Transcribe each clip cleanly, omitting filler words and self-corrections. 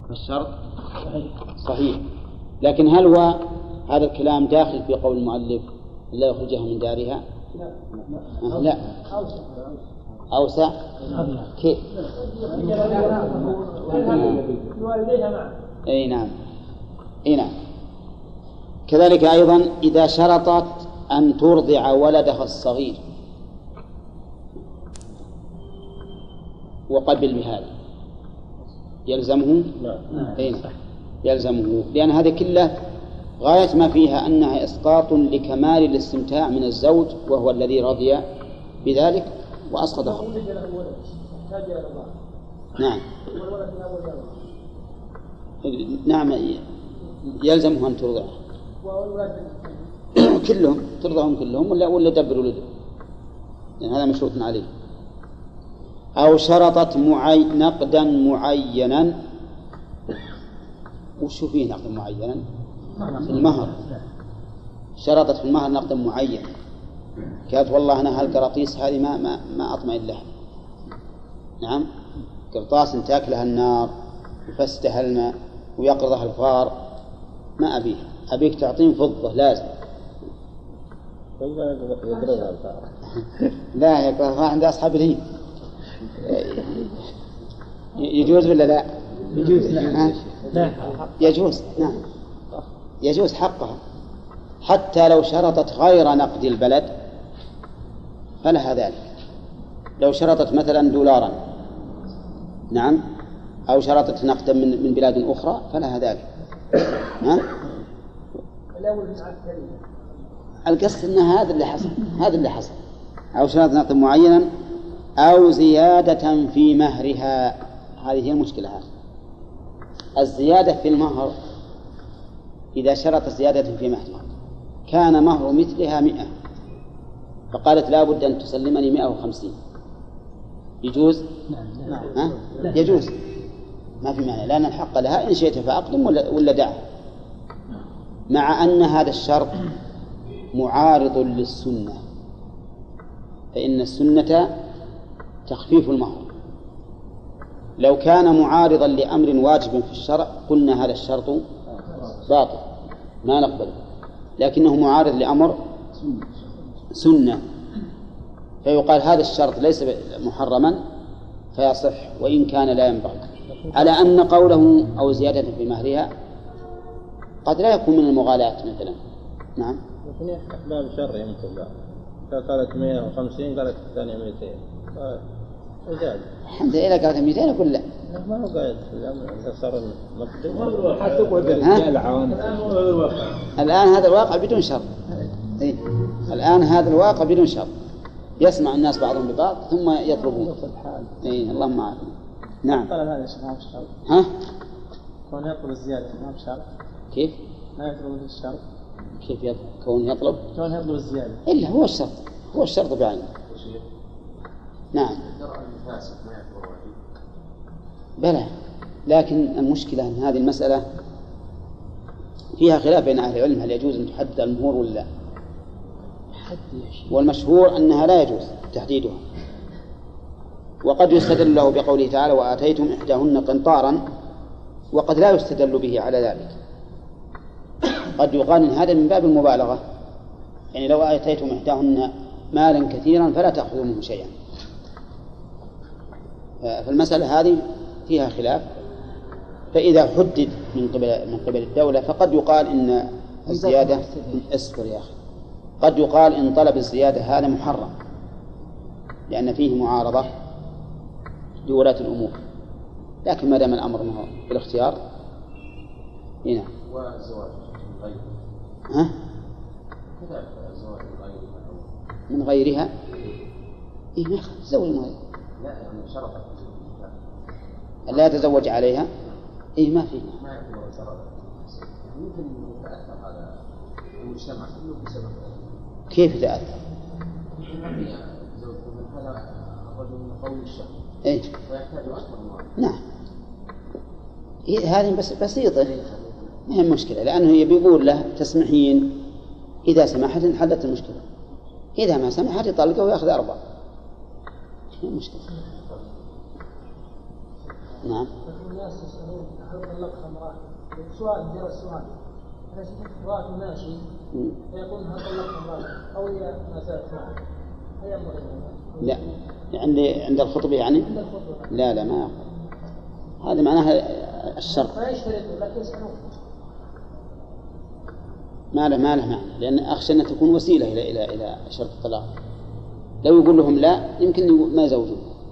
الشرط صحيح، لكن هل هو هذا الكلام داخل في قول المؤلف لا يخرجها من دارها؟ لا. أوسع كيف؟ أي نعم. كذلك أيضا إذا شرطت أن ترضع ولدها الصغير وقبل بهذا يلزمه؟ يلزمه، لأن هذه كله غاية ما فيها أنها إسقاط لكمال الاستمتاع من الزوج وهو الذي رضي بذلك وأسقطه. نعم يلزمه أن ترضع كلهم، ترضعهم كلهم ولا دبروا ولده، يعني هذا مشروط عليه. أو شرطت نقدا معينا. وش فيه نقدا معينا؟ في المهر، شرطت في المهر نقدا معين، قالت والله أنا هالقراطيس هذه ما أطمئن لها. نعم، قرطاس تاكلها النار وفسدها الماء ويقرضها الفار، ما أبيها، أبيك تعطين فضة لازم. لا يقرضها عند أصحاب الهين. يجوز ولا لا؟ يجوز. نعم يجوز حقها، حتى لو شرطت غير نقد البلد فلها ذلك. لو شرطت مثلا دولارا، نعم، أو شرطت نقدا من بلاد أخرى فلها ذلك. القصد أن هذا اللي حصل، أو شرطت نقدا معينا أو زيادة في مهرها. هذه هي المشكلة. الزيادة في المهر إذا شرط زيادة في مهرها كان مهر مثلها 100 فقالت لا بد أن تسلمني 150، يجوز؟ يجوز، ما في معنى، لأن الحق لها إن شئت فأقدم ولا دع، مع أن هذا الشرط معارض للسنة، فإن السنة تخفيف المهر. لو كان معارضا لأمر واجب في الشرع قلنا هذا الشرط باطل ما نقبله، لكنه معارض لأمر سنة فيقال هذا الشرط ليس محرما فيصح وإن كان لا ينبغي، على أن قوله أو زيادة في مهرها قد لا يكون من المغالاة مثلا. نعم، لكن أحباب شر يمكن لا، قالت 150 قالت الثانية 200 الحمد لله. قالت 200 أقول لا، ما هو قاعد صار الآن هذا الواقع بدون شر. الآن هذا الواقع بدون شر، يسمع الناس بعضهم ببعض ثم يطلبون. اللهم عافية. نعم. قال هذا الشيء ما هو شرط. كون يطلب الزيادة ما هو شرط. كيف؟ ما يطلب الشرط. كيف يطلب؟ كون يطلب الزيادة. إلا هو الشرط، هو الشرط بعينه. نعم. بلى، لكن المشكلة أن هذه المسألة فيها خلاف بين أهل العلم هل يجوز أن تحدد المهور ولا لا، والمشهور أنها لا يجوز تحديدها. وقد يستدل له بقوله تعالى وآتيتم إحداهن قنطارا، وقد لا يستدل به على ذلك. قد يقال إن هذا من باب المبالغة، يعني لو آتيتم إحداهن مالا كثيرا فلا تأخذوا منه شيئا. فالمسألة هذه فيها خلاف، فإذا حدد من قبل الدولة فقد يقال إن الزيادة أسفر يا أخي، قد يقال إن طلب الزيادة هذا محرم لأن فيه معارضة لولاة الأمور، لكن ما دام الأمر بالاختيار هنا. والزواج من غيرها كذلك الزواج من غيرها ما يتزوج من غيرها، لا يعني شرط لا يتزوج عليها ما فيه، ما يعتبر شرط، ممكن يتأثر هذا المجتمع كله بسبب. كيف يتأثر؟ هذا الرجل من قول الشر ويحتاج أكثر من واحد. نعم، هذه بس بسيطة، ما هي المشكلة، لأنه بيقول له تسمحين، إذا سمحت انحلت المشكلة، إذا ما سمحت يطلقه ويأخذ 4. ما هي المشكلة. نعم. الناس يسألون هل طلقت امرأة؟ سؤال جرى السؤال أنا شفت امرأة ماشي فيقول هل طلقت امرأة أو هي ما زالت معه هي لا عند الخطبة يعني؟ عند الخطبة لا ما يأخذ. هذا معناها الشرط ما يشترطون لكن يسألون ما له معنى، لأن أخشى أن تكون وسيلة إلى شرط الطلاق. لو يقول لهم لا يمكن ما يزوجون.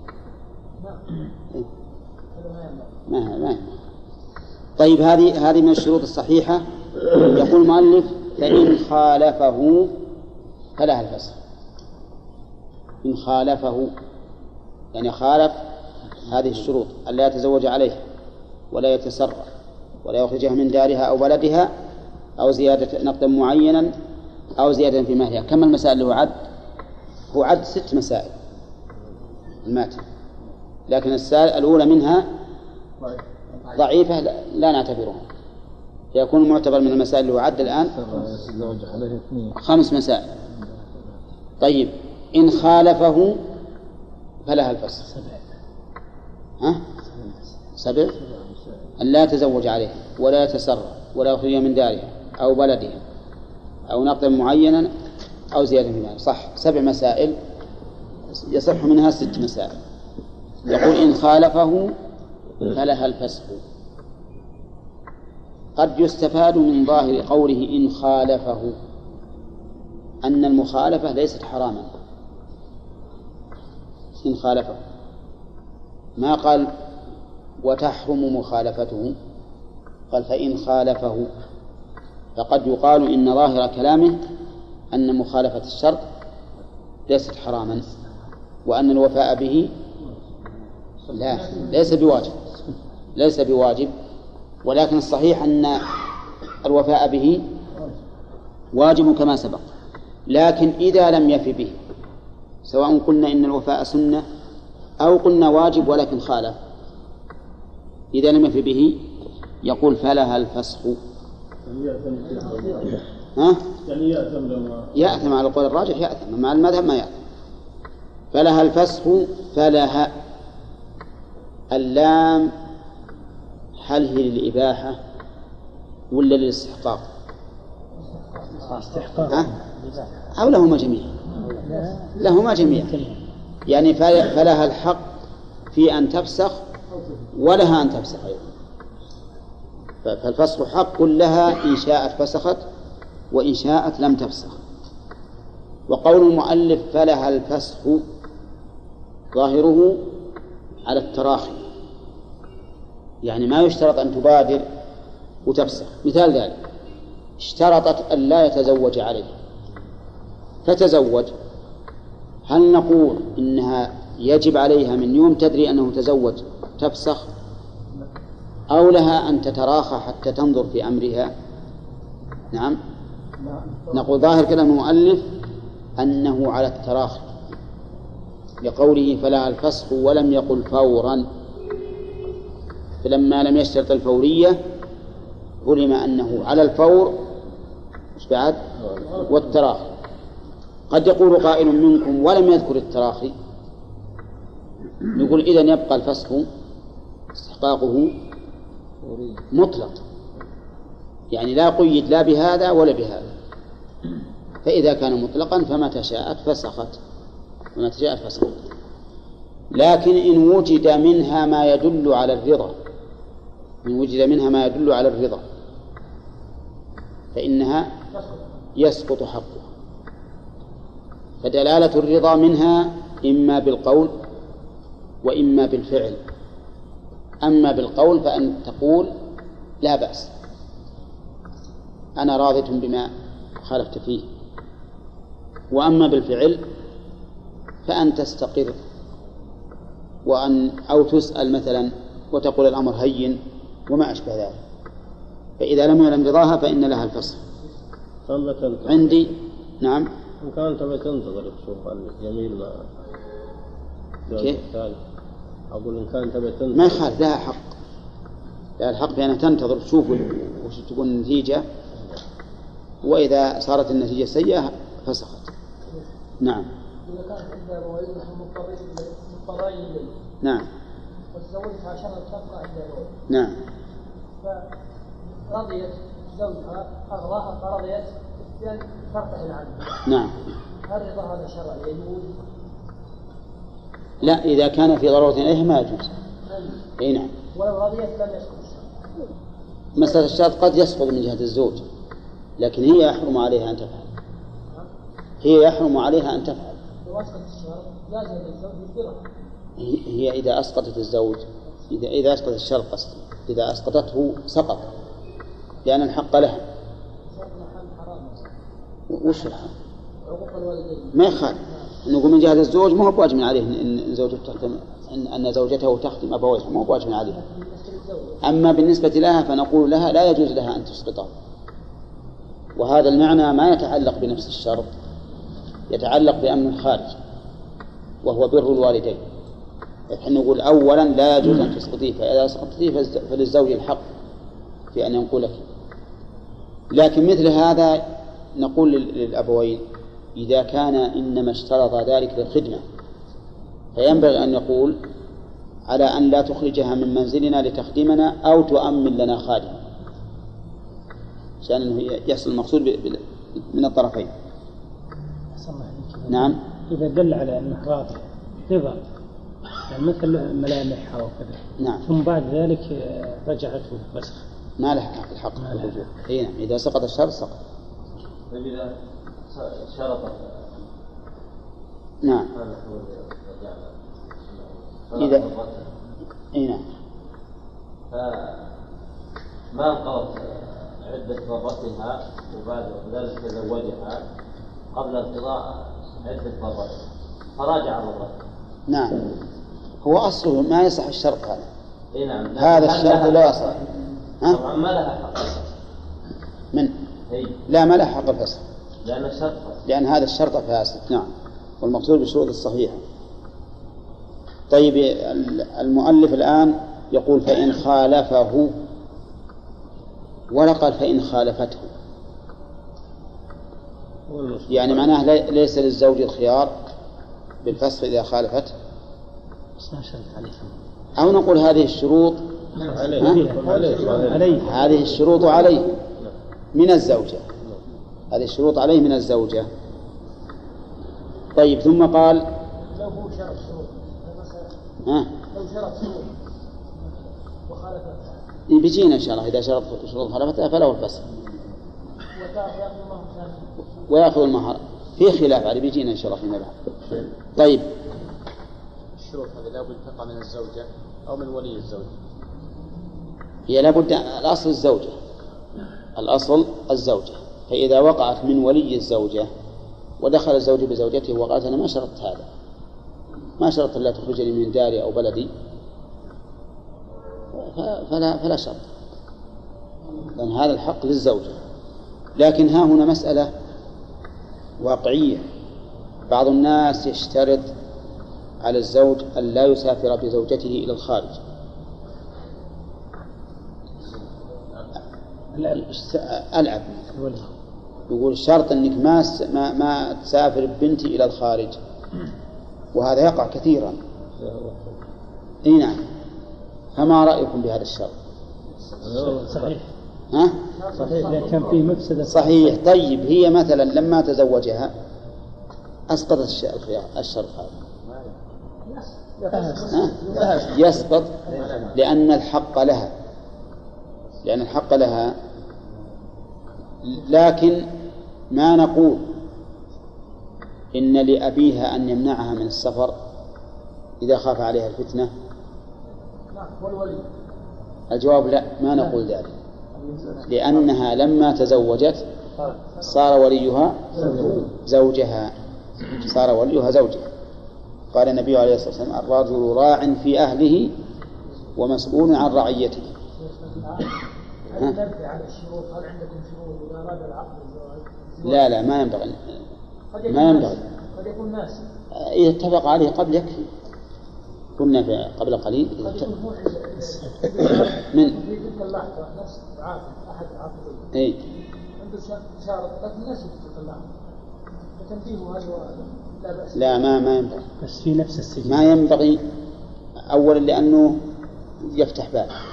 ما طيب هذه من الشروط الصحيحة. يقول المؤلف فإن خالفه فلها الفسخ. إن خالفه يعني خالف هذه الشروط ألا يتزوج عليها ولا يتسرع ولا يخرجها من دارها أو بلدها أو زيادة نقدا معينا أو زيادة في مهرها. كم المسائل له عد؟ هو عد 6 مسائل الماتن، لكن الأولى منها ضعيفة لا نعتبرها، فيكون معتبر من المسائل له عد الآن 5 مسائل. طيب إن خالفه فلها الفسخ. 7 أن لا يتزوج عليها ولا يتسرع ولا يخرجها من دارها أو بلدها أو نقدا معينا أو زيادة في مهرها. صح 7 مسائل يصح منها 6 مسائل. يقول إن خالفه فلها الفسخ. قد يستفاد من ظاهر قوله إن خالفه أن المخالفة ليست حراما. إن خالفه ما قال وتحرم مخالفته، قال فإن خالفه. فقد يقال إن ظاهر كلامه أن مخالفة الشرط ليست حراما وأن الوفاء به ليس بواجب، ولكن الصحيح أن الوفاء به واجب كما سبق. لكن إذا لم يف به، سواء قلنا إن الوفاء سنة أو قلنا واجب ولكن خالف، إذا لم يف به يقول فلها الفسخ. يأثم على القول الراجح، يأثم مع المذهب ما يأثم. فلها الفسخ. فلها اللام هل هي للإباحة ولا للاستحقاق؟ أو لهما جميعا؟ لهما جميعا. يعني فلها الحق في أن تفسخ ولها أن تفسخ أيضا. فالفسخ حق لها إن شاءت فسخت وإن شاءت لم تفسخ. وقول المؤلف فلها الفسخ ظاهره على التراخي، يعني ما يشترط أن تبادر وتفسخ. مثال ذلك اشترطت أن لا يتزوج عليه فتزوج، هل نقول إنها يجب عليها من يوم تدري أنه تزوج تفسخ، أو لها أن تتراخى حتى تنظر في أمرها؟ نعم، نقول ظاهر كلام المؤلف أنه على التراخي لقوله فلها الفسخ ولم يقل فورا، فلما لم يشترط الفورية علم أنه على الفور بعد والتراخي. قد يقول قائل منكم ولم يذكر التراخي، نقول إذن يبقى الفسخ استحقاقه مطلق، يعني لا قيد لا بهذا ولا بهذا. فإذا كان مطلقا فمتى شاءت فسخت ومتى شاءت فسخت. لكن إن وجد منها ما يدل على الرضا، إن وجد منها ما يدل على الرضا فإنها يسقط حقها. فدلالة الرضا منها إما بالقول وإما بالفعل. أما بالقول فأن تقول لا بأس أنا راضة بما خالفت فيه، وأما بالفعل فأن تستقر أو تسأل مثلا وتقول الأمر هين وما أشبه ذلك. فإذا لم يعلم رضاها فإن لها الفسخ عندي. نعم، إن كان تبي تنتظر تشوف الجميل ما أقول إن كان تبي تنتظر ما يخالف، لها حق، لها الحق بأنها تنتظر تشوف وش تكون النتيجة، وإذا صارت النتيجة سيئة فسخت. نعم. إذا كان عند أبوين مضطرين إليه نعم زوجها عشان تبقى عند الولد. نعم. فرضيت زوجها أغراها فرضيت بأن ترتحل عنه. نعم. هل رضا هذا شرعي يجوز؟ لا، إذا كان في ضرورة إليه ما يجوز. أي نعم. ولو رضيت لم يسقط الشرط. مسألة الشرط قد يسقط من جهة الزوج، لكن هي يحرم عليها أن تفعل. هي يحرم عليها أن تفعل. لو أسقط الشرط لازم الزوج يجبرها. هي إذا أسقطت الزوج، إذا أسقط الشرط قصدي، إذا أسقطته سقط، لأن الحق لها. وش الحق؟ عقوق الوالدين. ما يخالف. نقول من جهة الزوج ما هو بواجب عليه إن زوجته تخدم، أن زوجته تخدم أبويها، ما هو بواجب عليه. أما بالنسبة لها فنقول لها لا يجوز لها أن تسقطه. وهذا المعنى ما يتعلق بنفس الشرط، يتعلق بأمن الخارج وهو بر الوالدين. نحن نقول أولا لا يجوز أن تسقطيه، فإذا سقطتيه فللزوج الحق في أن ينقلك. لكن مثل هذا نقول للأبوين إذا كان إنما اشترط ذلك للخدمة فينبغي أن يقول على أن لا تخرجها من منزلنا لتخدمنا أو تؤمن لنا خادم، عشان أنه يحصل المقصود من الطرفين. نعم. إذا دل على أنه راضي رضا، يعني مثل ملامحها وكذا، نعم، ثم بعد ذلك رجعته فسخ، ما له الحق في الرجوع. اي نعم، إذا سقط الشرط سقط. إذا شرط نعم. إذا اي نعم. فما انقضت عدة مرتها وبعد ذلك تزوجها قبل انقضاء عدة مرات فراجع مرة. نعم، هو أصله ما يصح الشرط هذا. إيه نعم. هذا الشرط لا يصح. طبعا ما لها حق من؟ هي. لا، ما لها حق الفسخ. لأن الشرط فاسد. لأن هذا الشرط فاسد. نعم، والمقصود بالشروط الصحيحة. طيب، المؤلف الآن يقول فإن خالفه، ولا قال فإن خالفته، يعني معناه ليس للزوج الخيار بالفسخ إذا خالفته، أو نقول هذه الشروط عليه. هذه الشروط عليه من الزوجة، هذه الشروط عليه من الزوجة. طيب، ثم قال لو هو شرط شروط لو شرط شروط وخالفتها بيجينا إن شاء الله. إذا شرط شروط خالفتها فله الفسخ ويأخذ المهر. في خلاف عليه، بيجينا إن شاء الله فيما بعد. طيب، الشروط هذه لا بد تقع من الزوجة أو من ولي الزوجة. هي لابد الأصل الزوجة، الأصل الزوجة. فإذا وقعت من ولي الزوجة ودخل الزوج بزوجته وقالت أنا ما شرطت هذا، ما شرطت لا تخرجني من داري أو بلدي، فلا شرط، لأن هذا الحق للزوجة. لكن ها هنا مسألة واقعية. بعض الناس يشترط على الزوج أن لا يسافر بزوجته إلى الخارج. ألعب، يقول شرط أنك ما تسافر بنتي إلى الخارج، وهذا يقع كثيرا. اي نعم. فما رأيكم بهذا الشرط؟ صحيح. ها؟ صحيح، لأن كان فيه مفسدة. صحيح. طيب، هي مثلا لما تزوجها أسقطت الشرط هذا. يسقط لأن الحق لها، لأن الحق لها. لكن ما نقول إن لأبيها أن يمنعها من السفر إذا خاف عليها الفتنة. الجواب لا، ما نقول ذلك، لأنها لما تزوجت صار وليها زوجها، صار وليها زوجها. قال النبي عليه الصلاة والسلام الرجل راع في أهله ومسؤول عن رعيته. لا ما ينبغي، ما ينبغي. قد يكون ناس إذا اتفق عليه قبل يكفي. كنا قبل قليل من اللحظة نفس أحد عاطفين. إيه. عنده شارط لكن الناس يتطلعون فتنبيه هذا لا بأس. لا ما ينبغي. بس في نفس السجن ما ينبغي. أولا لأنه يفتح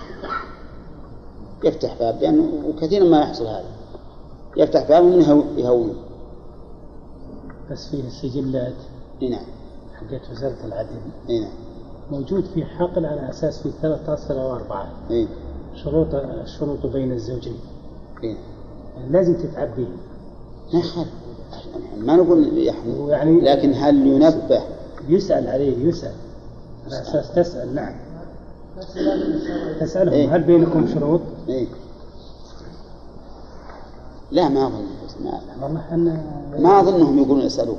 باب لأنه وكثيرا ما يحصل هذا، يفتح باب ومنه يهون. بس فيه السجلات نعم حقت وزارة العدل نعم موجود في حقل على أساس في 3 أصل أو 4 شروط بين الزوجين يعني لازم تتعبيه. ما نقول يعني لكن هل ينبه؟ يسأل عليه، يسأل على أساس تسأل. نعم تسألهم هل بينكم شروط؟ لا ما أظن، ما أظنهم يقولون يسألون.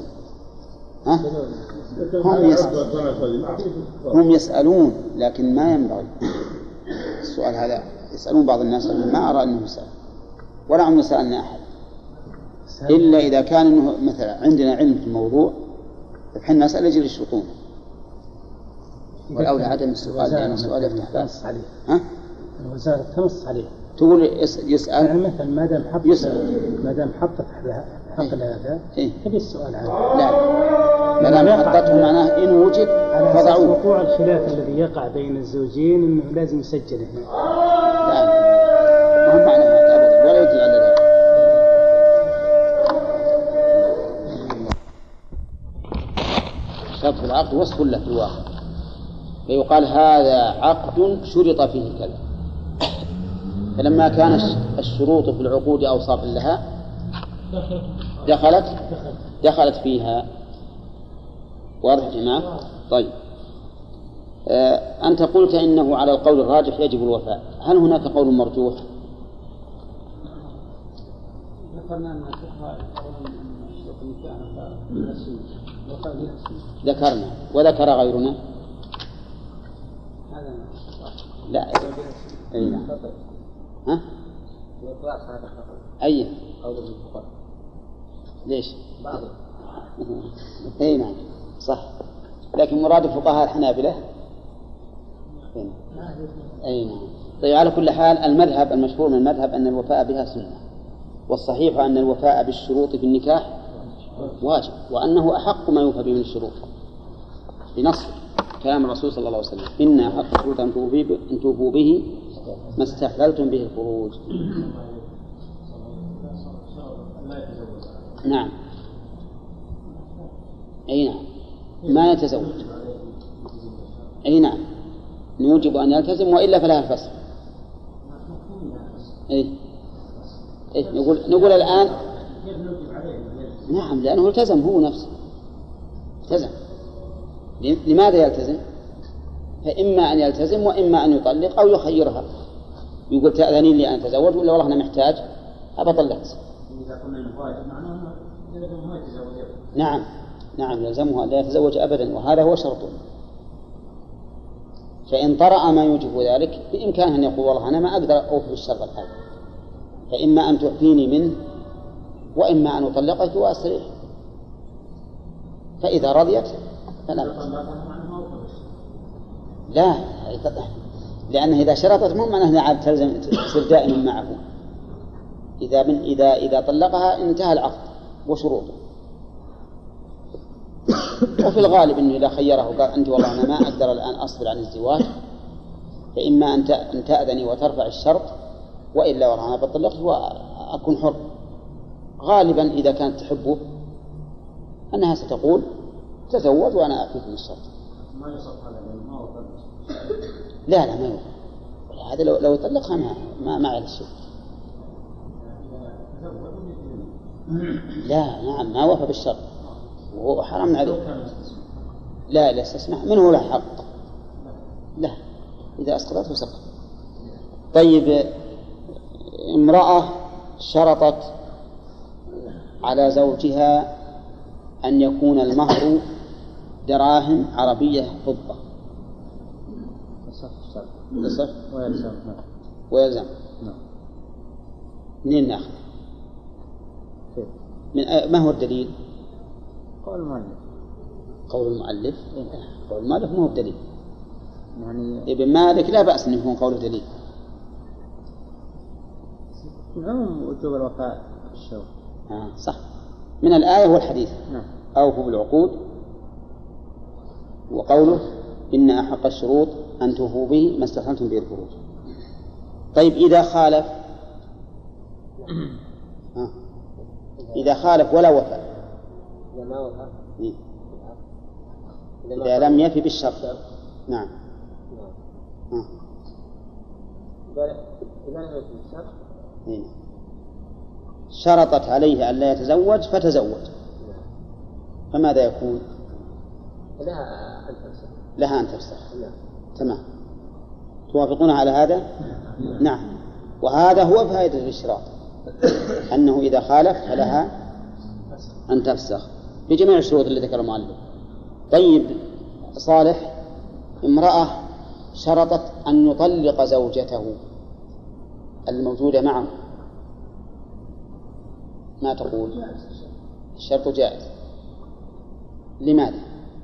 هم يسألون لكن ما ينبغي السؤال هذا. يسألون بعض الناس، ما أرى أنه يسأل ولا عمر سألنا أحد إلا إذا كان إنه مثلا عندنا علم في الموضوع فحنا نسأل يجري الشطون، والأولى عدم السؤال لأن السؤال يفتح باب. الوزارة تنص عليه تقول يسأل يعني مثلا ما دام حطت حقل هذا تبي السؤال عنه. لا ما دام حطته معناه إن وجد فضعوه. وقوع الخلاف الذي يقع بين الزوجين إنه لازم يسجل هنا. لا ما هو معنى هذا أبدا ولا يدل على ذلك. شرط العقد وصف له في الواقع، فيقال هذا عقد شرط فيه كذا، فلما كان الشروط في العقود أوصاف لها دخلت فيها. واضح يا جماعة؟ طيب أنت قلت إنه على القول الراجح يجب الوفاء، هل هناك قول مرجوح؟ ذكرنا وذكر غيرنا. لا أي نعم. ها؟ أي ليش؟ أي نعم صح، لكن مراد الفقهاء الحنابلة. أي نعم. طيب على كل حال المذهب المشهور من المذهب أن الوفاء بها سنة، والصحيح أن الوفاء بالشروط في النكاح واجب، وأنه أحق ما يوفى به من الشروط بنص كلام الرسول صلى الله عليه وسلم: إن أحق الشروط أن توفوا به ما استحللتم به الفروج. نعم أي نعم ما يتزوج. أي نعم نوجب أن يلتزم وإلا فلها الفصل. نقول الآن نعم لأنه التزم هو نفسه التزم. لماذا يلتزم؟ فإما أن يلتزم وإما أن يطلق أو يخيرها، يقول تأذنين لي أن أتزوج ولا والله أنا محتاج أبى طلقت. نعم يلزمها لا يتزوج أبدا، وهذا هو شرطه. فإن طرأ ما يوجب ذلك بإمكانه أن يقول والله أنا ما أقدر أوفي بالشرط هذا، فإما أن تعفيني منه وإما أن أطلقك وأستريح. فإذا رضيت فلا بأس. لا لأنه إذا شرطت مو معناه أنها تلزم تصير دائما معه. إذا طلقها انتهى العقد وشروطه. وفي الغالب أنه إذا خيره قال أنت والله أنا ما أقدر الآن أصبر عن الزواج، فإما أن تأذني وترفع الشرط وإلا والله أنا بطلقت وأكون حر. غالبا إذا كانت تحبه أنها ستقول تزوج وأنا أفيك من الشرط. ما يصف هذا ما هو لا ما يوفى. هذا لو يطلقها ما على الشيء. لا نعم ما وفى بالشرط وهو حرام عليه. لا استسمح من هو له حق. لا إذا أسقطته سقط. طيب امرأة شرطت على زوجها أن يكون المهر دراهم عربية فضة نصف ويلزم. منين نأخذ؟ ما هو الدليل؟ قول المؤلف ما هو الدليل. يعني ابن مالك لا بأس أن يكون قوله دليل. وجوب الوفاء بالشروط. صح من الآية والحديث. أوفوا بالعقود، وقوله إن أحق الشروط أن توفوا به ما استحللتم به الفروج. طيب إذا خالف إذا خالف ولا وفى، إذا ما وفى، إذا لم يفي بالشرط. نعم. إذا لم يفي بالشرط شرطت عليه أن لا يتزوج فتزوج، فماذا يكون؟ لها أن تفسخ. تمام. توافقون على هذا؟ نعم. وهذا هو فائدة الاشتراط، أنه إذا خالف فلها أن تفسخ في جميع الشروط اللي ذكر المؤلف. طيب صالح، امرأة شرطت أن يطلق زوجته الموجودة معه، ما تقول؟ الشرط جائز. لماذا؟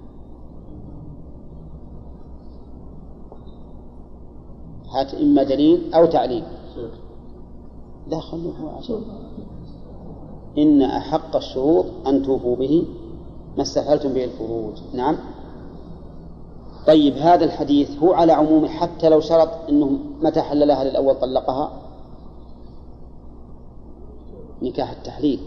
هات إما دليل أو تعليل. لا خلوه عشان إن أحق الشروط أن توفوا به ما استحللتم به الفروج. نعم. طيب هذا الحديث هو على عمومه حتى لو شرط أنه متى حللها للأول طلقها؟ نكاح التحليل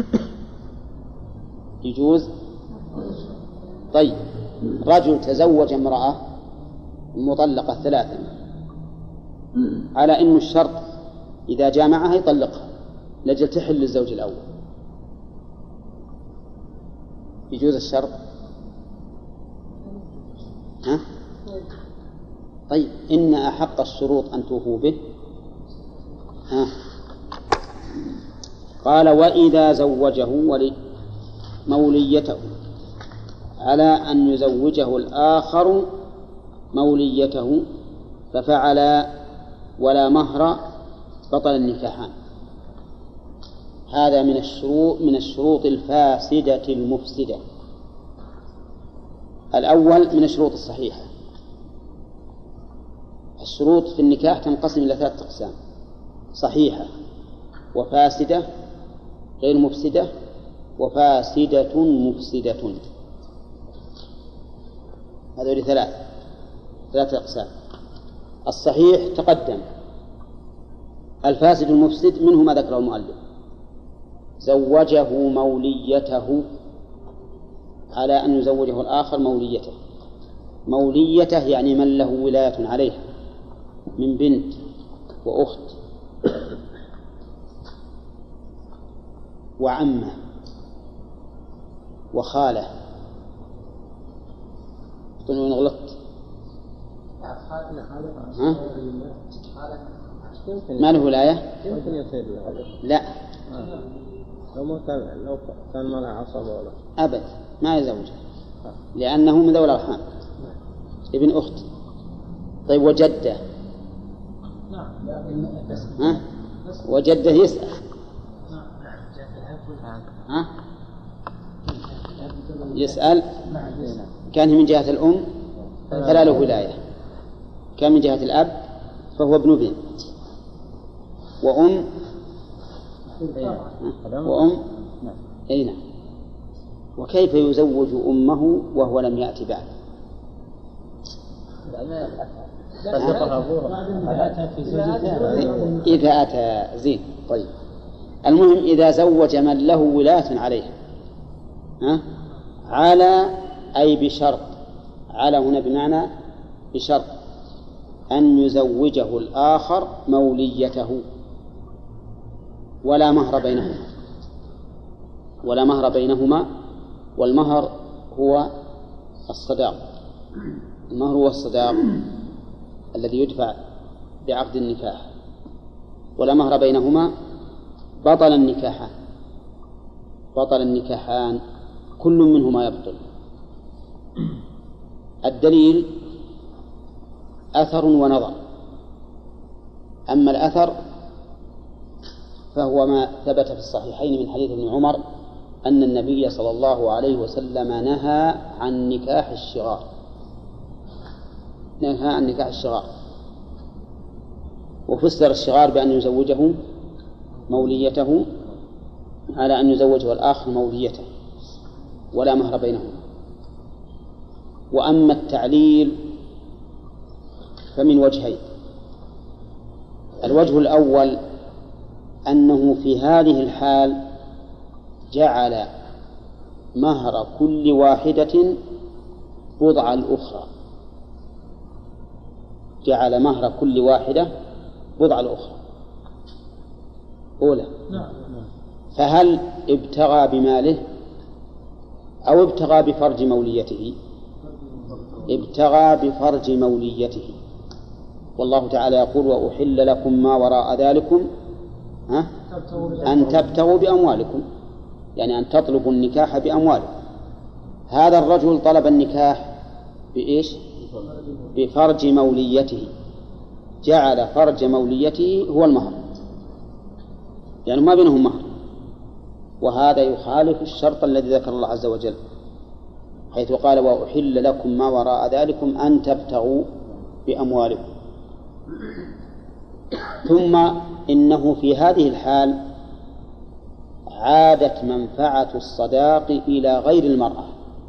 يجوز. طيب رجل تزوج امرأة مطلقة 3 على أن الشرط إذا جامعها يطلقها لجل تحل للزوج الأول، يجوز الشرط؟ ها؟ طيب إن أحق الشروط أن توفوا به. ها؟ قال وإذا زوجه موليته على أن يزوجه الآخر موليته ففعل ولا مهر بطل النكاحان. هذا من الشروط الفاسدة المفسدة. الأول من الشروط الصحيحة. الشروط في النكاح تنقسم إلى 3 أقسام: صحيحة وفاسدة غير مفسدة وفاسدة مفسدة. هذول 3 أقسام. الصحيح تقدم، الفاسد المفسد منه ما ذكره المؤلف: زوجه موليته على أن يزوجه الآخر موليته. موليته يعني من له ولاية عليه من بنت وأخت وعمة وخالة. تقولون غلطت؟ ما له ولاية؟ لا. لو كان ما له عصبة ولا أبد ما يزوجه لأنه من ذوي الأرحام، ابن أخت. طيب وجدة؟ ها؟ وجدة يسأل. ها؟ يسأل. كان من جهة الأم فلا له ولاية، كان من جهة الأب فهو ابن بنت وأم أين. وكيف يزوج أمه وهو لم يأتي بعد؟ إذا أتى زين. طيب المهم إذا زوج من له ولاية عليه، على أي بشرط، على هنا بمعنى بشرط أن يزوجه الآخر موليته ولا مهر بينهما، ولا مهر بينهما. والمهر هو الصداق، المهر هو الصداق الذي يدفع بعقد النكاح. ولا مهر بينهما بطل النكاحان، بطل النكاحان كل منهما يبطل. الدليل أثر ونظر. أما الأثر فهو ما ثبت في الصحيحين من حديث ابن عمر أن النبي صلى الله عليه وسلم نهى عن نكاح الشغار، نهى عن نكاح الشغار، وفسر الشغار بأن يزوجه موليته على أن يزوجه الآخر موليته ولا مهر بينهما. وأما التعليل فمن وجهين. الوجه الأول أنه في هذه الحال جعل مهر كل واحدة بضع الأخرى، جعل مهر كل واحدة بضع الأخرى أولى. فهل ابتغى بماله أو ابتغى بفرج موليته؟ ابتغى بفرج موليته، والله تعالى يقول وأحل لكم ما وراء ذلكم أن تبتغوا بأموالكم، يعني أن تطلبوا النكاح بأموالكم. هذا الرجل طلب النكاح بإيش؟ بفرج موليته، جعل فرج موليته هو المهر، يعني ما بينهم مهر، وهذا يخالف الشرط الذي ذكر الله عز وجل حيث قال وأحل لكم ما وراء ذلكم أن تبتغوا بأموالكم. ثم إنه في هذه الحال عادت منفعة الصداق إلى غير المرأة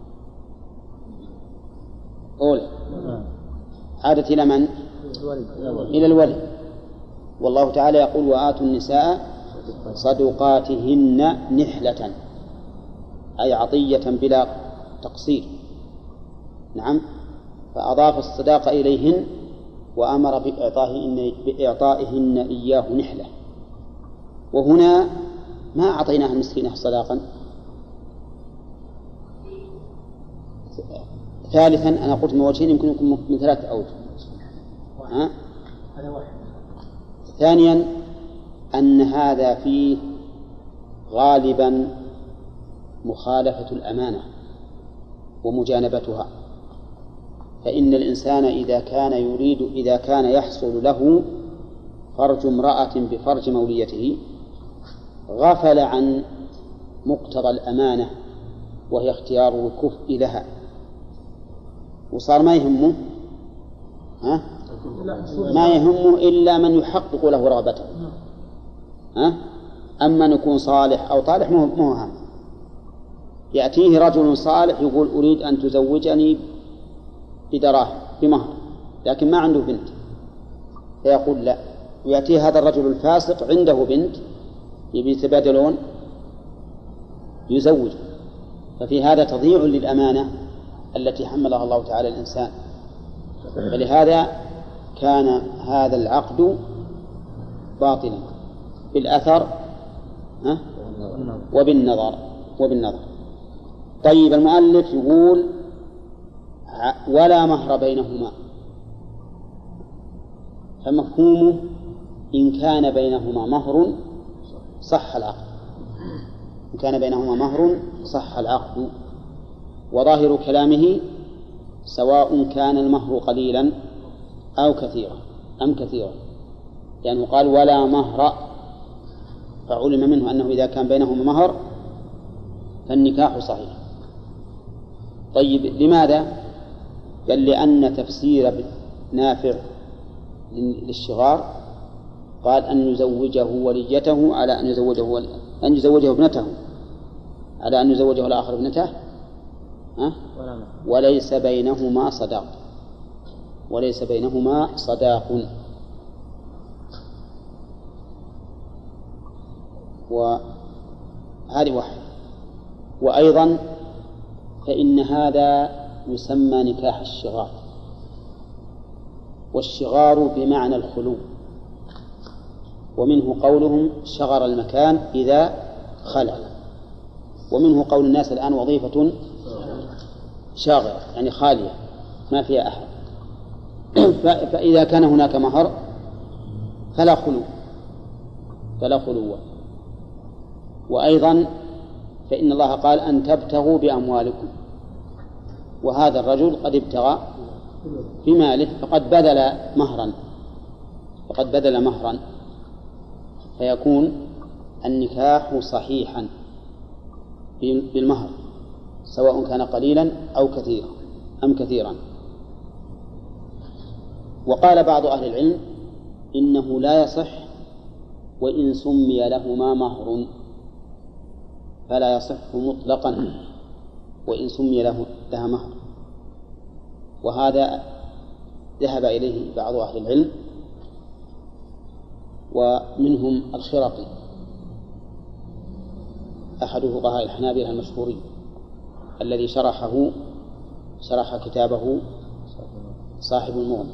أولى، عادت إلى من؟ إلى الولي. والله تعالى يقول وآتوا النساء صدقاتهن نحلة، أي عطية بلا تقصير. نعم، فأضاف الصداق إليهن وأمر بإعطائهن إياه نحلة. وهنا ما أعطيناها المسكينة صداقا. ثالثا أنا قلت من وجهين، يمكن يكون من 3 أوجه. هذا واحد. ثانيا أن هذا فيه غالبا مخالفة الأمانة ومجانبتها، فإن الإنسان إذا كان يحصل له فرج امرأة بفرج موليته غفل عن مقتضى الأمانة وهي اختيار الكفء لها، وصار ما يهمه إلا من يحقق له رغبته. أما أن يكون صالح أو طالح مو هم. يأتيه رجل صالح يقول أريد أن تزوجني بدراهم بمهر، لكن ما عنده بنت، فيقول لا. ويأتيه هذا الرجل الفاسق عنده بنت يبي يتبادلون يزوج. ففي هذا تضييع للأمانة التي حملها الله تعالى الإنسان. فلهذا كان هذا العقد باطلا بالأثر وبالنظر. طيب المؤلف يقول ولا مهر بينهما، فمفهومه إن كان بينهما مهر صح العقد، إن كان بينهما مهر صح العقد. وظاهر كلامه سواء كان المهر قليلا أو كثيرا يعني قال ولا مهر، فعلم منه أنه إذا كان بينهما مهر فالنكاح صحيح. طيب لماذا؟ قال لأن تفسير نافع للشغار قال أن يزوجه وليته على أن يزوجه ابنته على أن يزوجه الآخر ابنته وليس بينهما صداق. وهذه واحد. وأيضا فإن هذا يسمى نكاح الشغار، والشغار بمعنى الخلو، ومنه قولهم شغر المكان إذا خلى، ومنه قول الناس الآن وظيفة شاغرة يعني خالية ما فيها أحد. فإذا كان هناك مهر فلا خلو. وأيضا فإن الله قال أن تبتغوا بأموالكم، وهذا الرجل قد ابتغى بماله فقد بذل مهرا، فيكون النكاح صحيحا بالمهر سواء كان قليلا أو كثيرا. وقال بعض أهل العلم إنه لا يصح وإن سمي لهما مهر، فلا يصح مطلقا وإن سمي لها مهر. وهذا ذهب إليه بعض أهل العلم ومنهم الخرقي أحد فقهاء الحنابلة المشهورين الذي شرح كتابه صاحب المغني،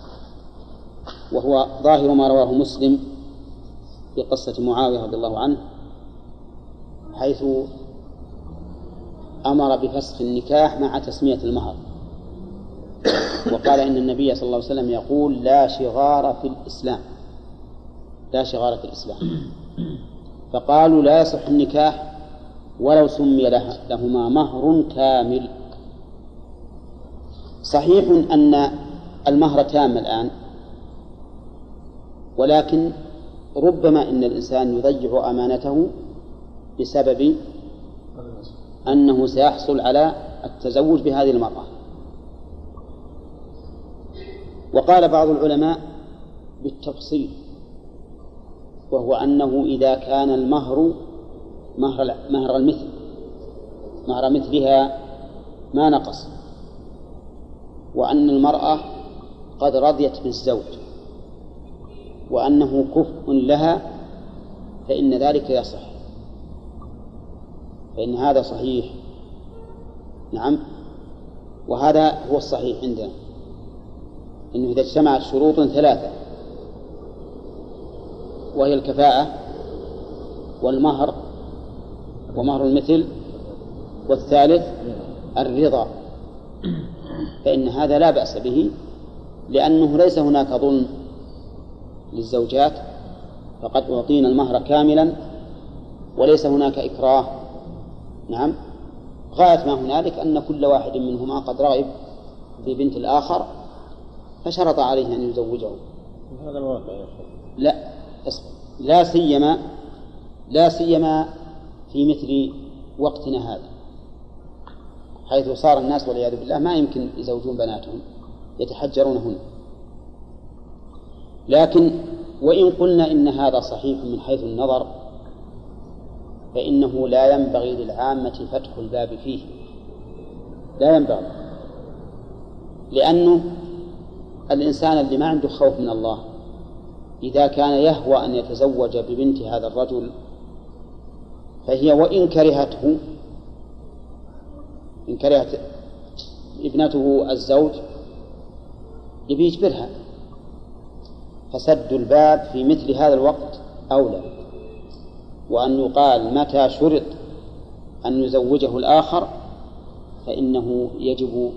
وهو ظاهر ما رواه مسلم في قصة معاوية رضي الله عنه، حيث أمر بفسخ النكاح مع تسمية المهر، وقال إن النبي صلى الله عليه وسلم يقول لا شغار في الإسلام، لا شغار في الإسلام. فقالوا لا يصح النكاح ولو سمي لهما مهر كامل. صحيح أن المهر تام الآن، ولكن ربما إن الإنسان يضيع أمانته بسبب أنه سيحصل على التزوج بهذه المرأة. وقال بعض العلماء بالتفصيل، وهو أنه إذا كان المهر مهر المثل، مهر مثلها ما نقص، وأن المرأة قد رضيت بالزوج وأنه كفء لها، فإن ذلك يصح، فإن هذا صحيح. نعم، وهذا هو الصحيح عندنا، إنه إذا اجتمعت شروط ثلاثة وهي الكفاءة والمهر ومهر المثل والثالث الرضا، فإن هذا لا بأس به، لأنه ليس هناك ظلم للزوجات، فقد أعطينا المهر كاملا وليس هناك إكراه. نعم، غاية ما هنالك أن كل واحد منهما قد رغب في بنت الآخر فشرط عليه أن يزوجه. هذا الواقع يا شيخ. لا سيما في مثل وقتنا هذا، حيث صار الناس والعياذ بالله ما يمكن يزوجون بناتهم، يتحجرونهن. لكن وإن قلنا إن هذا صحيح من حيث النظر، فإنه لا ينبغي للعامة فتح الباب فيه، لا ينبغي، لأنه الإنسان اللي ما عنده خوف من الله إذا كان يهوى أن يتزوج ببنت هذا الرجل، فهي وإن كرهته، إن كرهت ابنته الزوج يبي يجبرها، فسد الباب في مثل هذا الوقت أولى. وأن يقال متى شرط أن يزوجه الآخر فإنه يجب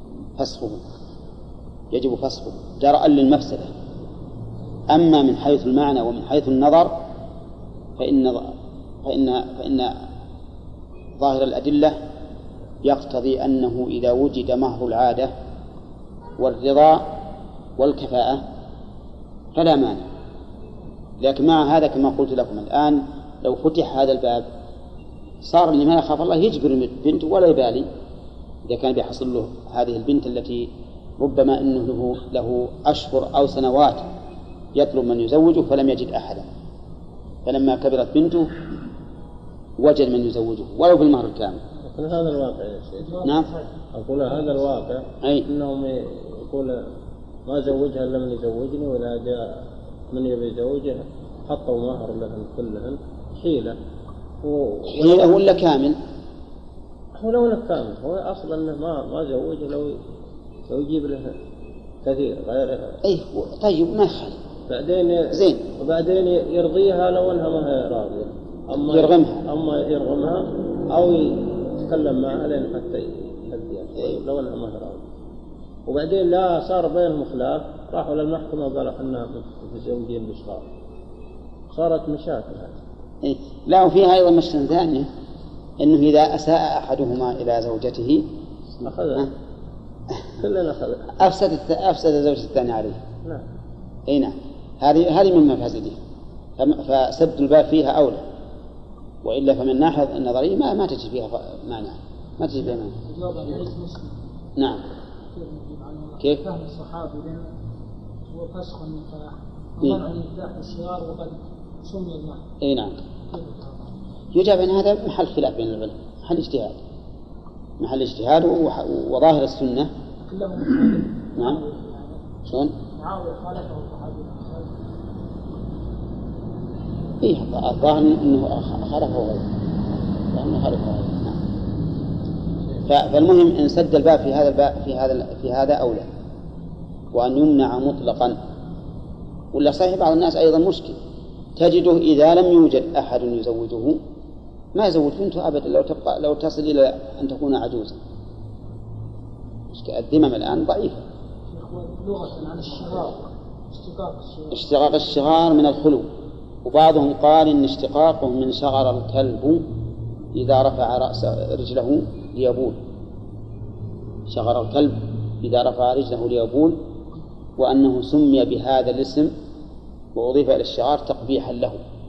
فسخه درءا للمفسدة. أما من حيث المعنى ومن حيث النظر فإن ظاهر الأدلة يقتضي أنه إذا وجد مهر العادة والرضا والكفاءة فلا مانع. لكن مع هذا كما قلت لكم الآن لو فتح هذا الباب صار اللي ما يخاف الله يجبر البنت ولا يبالي إذا كان بيحصل له هذه البنت التي ربما أنه له أشهر أو سنوات يطلب من يزوجه فلم يجد أحدا، فلما كبرت بنته وجد من يزوجه ولو بالمهر الكامل. هذا الواقع يا شيخ. نعم، أقول هذا الواقع، إنهم يقول ما زوجها إلا من يزوجني، ولا جاء من يبي يزوجها حطوا مهر لهم كلهم، حيلة ولا كامل؟ هو لو لك كامل، هو أصلا إنه ما زوجه، لو يجيب له كثير غيرها. طيب ما يخالف، بعدين زين، وبعدين يرضيها لو أنها ما هي راضية، أما يرغمها أو يتكلم معها لين حتى يهديها لو أنها ما هي راضية. وبعدين لا صار بينهم خلاف، راحوا للمحكمة وقالوا إحنا متزوجين بصغار، صارت مشاكل هذه. لا، وفيها أيضا مشكلة ثانية، إنه إذا أساء أحدهما إلى زوجته أخذها كلنا أخذها، أفسد زوجة الثاني عليه. نعم. نعم، هذه من مفاسدها، فسد الباب فيها أولى، وإلا فمن ناحية النظرية ما تجي فيها معنى، ما تجي فيها معنى. نعم. كيف؟ فهم الصحابي هو فسخ النكاح ومنع النكاح الصغار وقد سمي المهر. نعم. يجاب أن هذا محل خلاف بين العلماء، محل اجتهاد وظاهر السنة. كلهم نعم. شلون؟ معاوية خالفه الصحابي. إيه الظاهر أنه خالفه غيره. نعم. فالمهم إن سد الباب في هذا الباب في هذا أولى، وأن يمنع مطلقا. ولا صحيح بعض الناس أيضا مشكل، تجده إذا لم يوجد أحد يزوجه ما يزوج بنته أبدا لو تصل إلى أن تكون عجوزا. الذمم الآن ضعيفة. لغة عن اشتقاق الشغار من الخلو، وبعضهم قال إن اشتقاقه من شغر الكلب إذا رفع رجله ليبول. شغر الكلب إذا رفع رجله ليبول، وأنه سمي بهذا الاسم وأضيف إلى الشغار تقبيحا له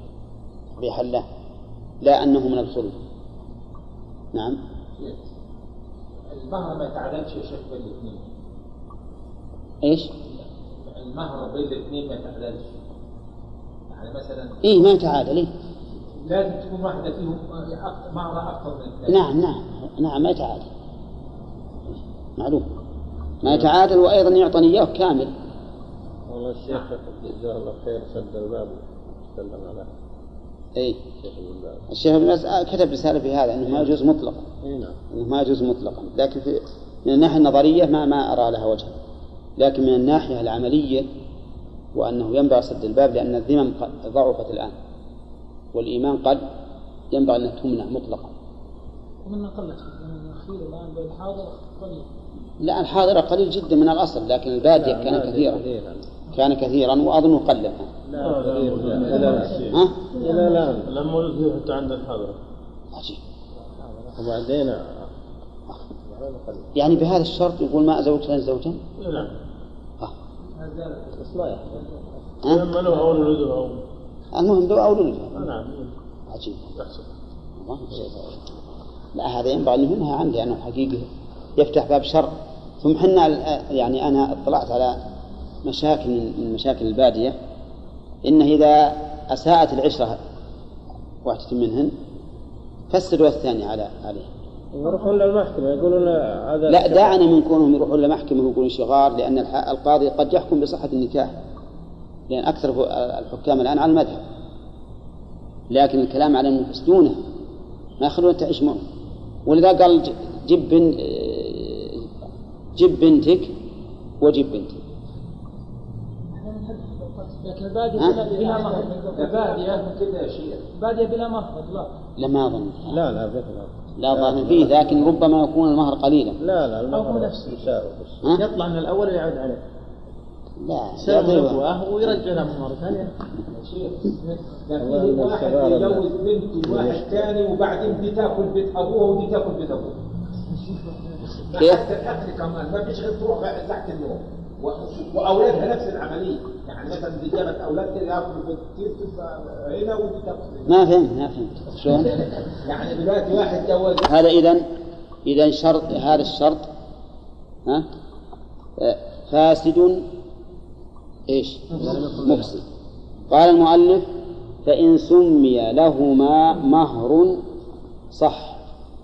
لا أنه من الخلو. نعم. المهر ما يتعادلش يا شيخ بين الاثنين. إيش؟ المهر بين الاثنين ما يتعادلش. يعني مثلا إيه ما يتعادل. إيه؟ لازم تكون واحدة فيهم مهر أكثر من الثانية. نعم ما يتعادل. معلوم ما يتعادل، وأيضا يعطني إياه كامل. والله الشيخ جزاه الله خير سد الباب تكلم على الشيخ ابن باز كتب رسالة في هذا أنه ما يجوز مطلقا. نعم. أنه ما يجوز مطلقا، لكن من الناحية النظرية ما أرى لها وجه، لكن من الناحية العملية وأنه ينبغي سد الباب لأن الذمم ضعفت الآن، والإيمان قد ينبغي أن تمنع مطلقا. ومن قلت الأخير الآن بالحاضر قليل. لا الحاضر قليل جدا من الأصل، لكن البادية كان كثيرا وأظن قل. لا إلى الآن لم يوجد حتى عند الحاضر. عجيب. وبعدين يعني بهذا الشرط يقول ما أزوجت زوجا؟ نعم. بس لا يحصل. لما لو أولده المهم لو أولده. نعم. عجيب. لا هذا ينبغي أن ينهى عنه لأنه حقيقة يفتح باب شر. ثم حنا يعني أنا اطلعت على مشاكل من مشاكل البادية، إنه إذا أساءت العشرة واحدة منهن فسدوا الثاني عليه. يروحون للمحكمة يقولون هذا. لا دعنا من كونهم يروحون للمحكمة ويقولون شغار، لأن القاضي قد يحكم بصحة النكاح، لأن أكثر الحكام الآن على المذهب، لكن الكلام على أنه يفسدونه ما يخلون تعيش معه. ولذا قال جب بنتك وجب بنتك. لكن البادية بلا مهر. البادية بلا مهر لا ما أظن. لا ظن فيه، لكن ربما يكون المهر قليلا. لا المهر نفسه يطلع من الأول ويعود عليه. لا يضربه ويرجع له مرة ثانية. لكن واحد يجوز بنت واحد ثاني وبعدين دي تاكل بيت أبوه ودي تاكل بيت أبوه. حتى الأكل كمان ما فيش غير تروح تحت النوم، وأولادها نفس العملية. يعني مثلا دي جابت أولاد ياكلوا بيت تبقى هنا ودي تاكل. ما فهمت شلون؟ يعني دلوقتي واحد جوز هذا إذا شرط هذا الشرط فاسد إيش؟ مفسد. قال المؤلف فإن سمي لهما مهر صح.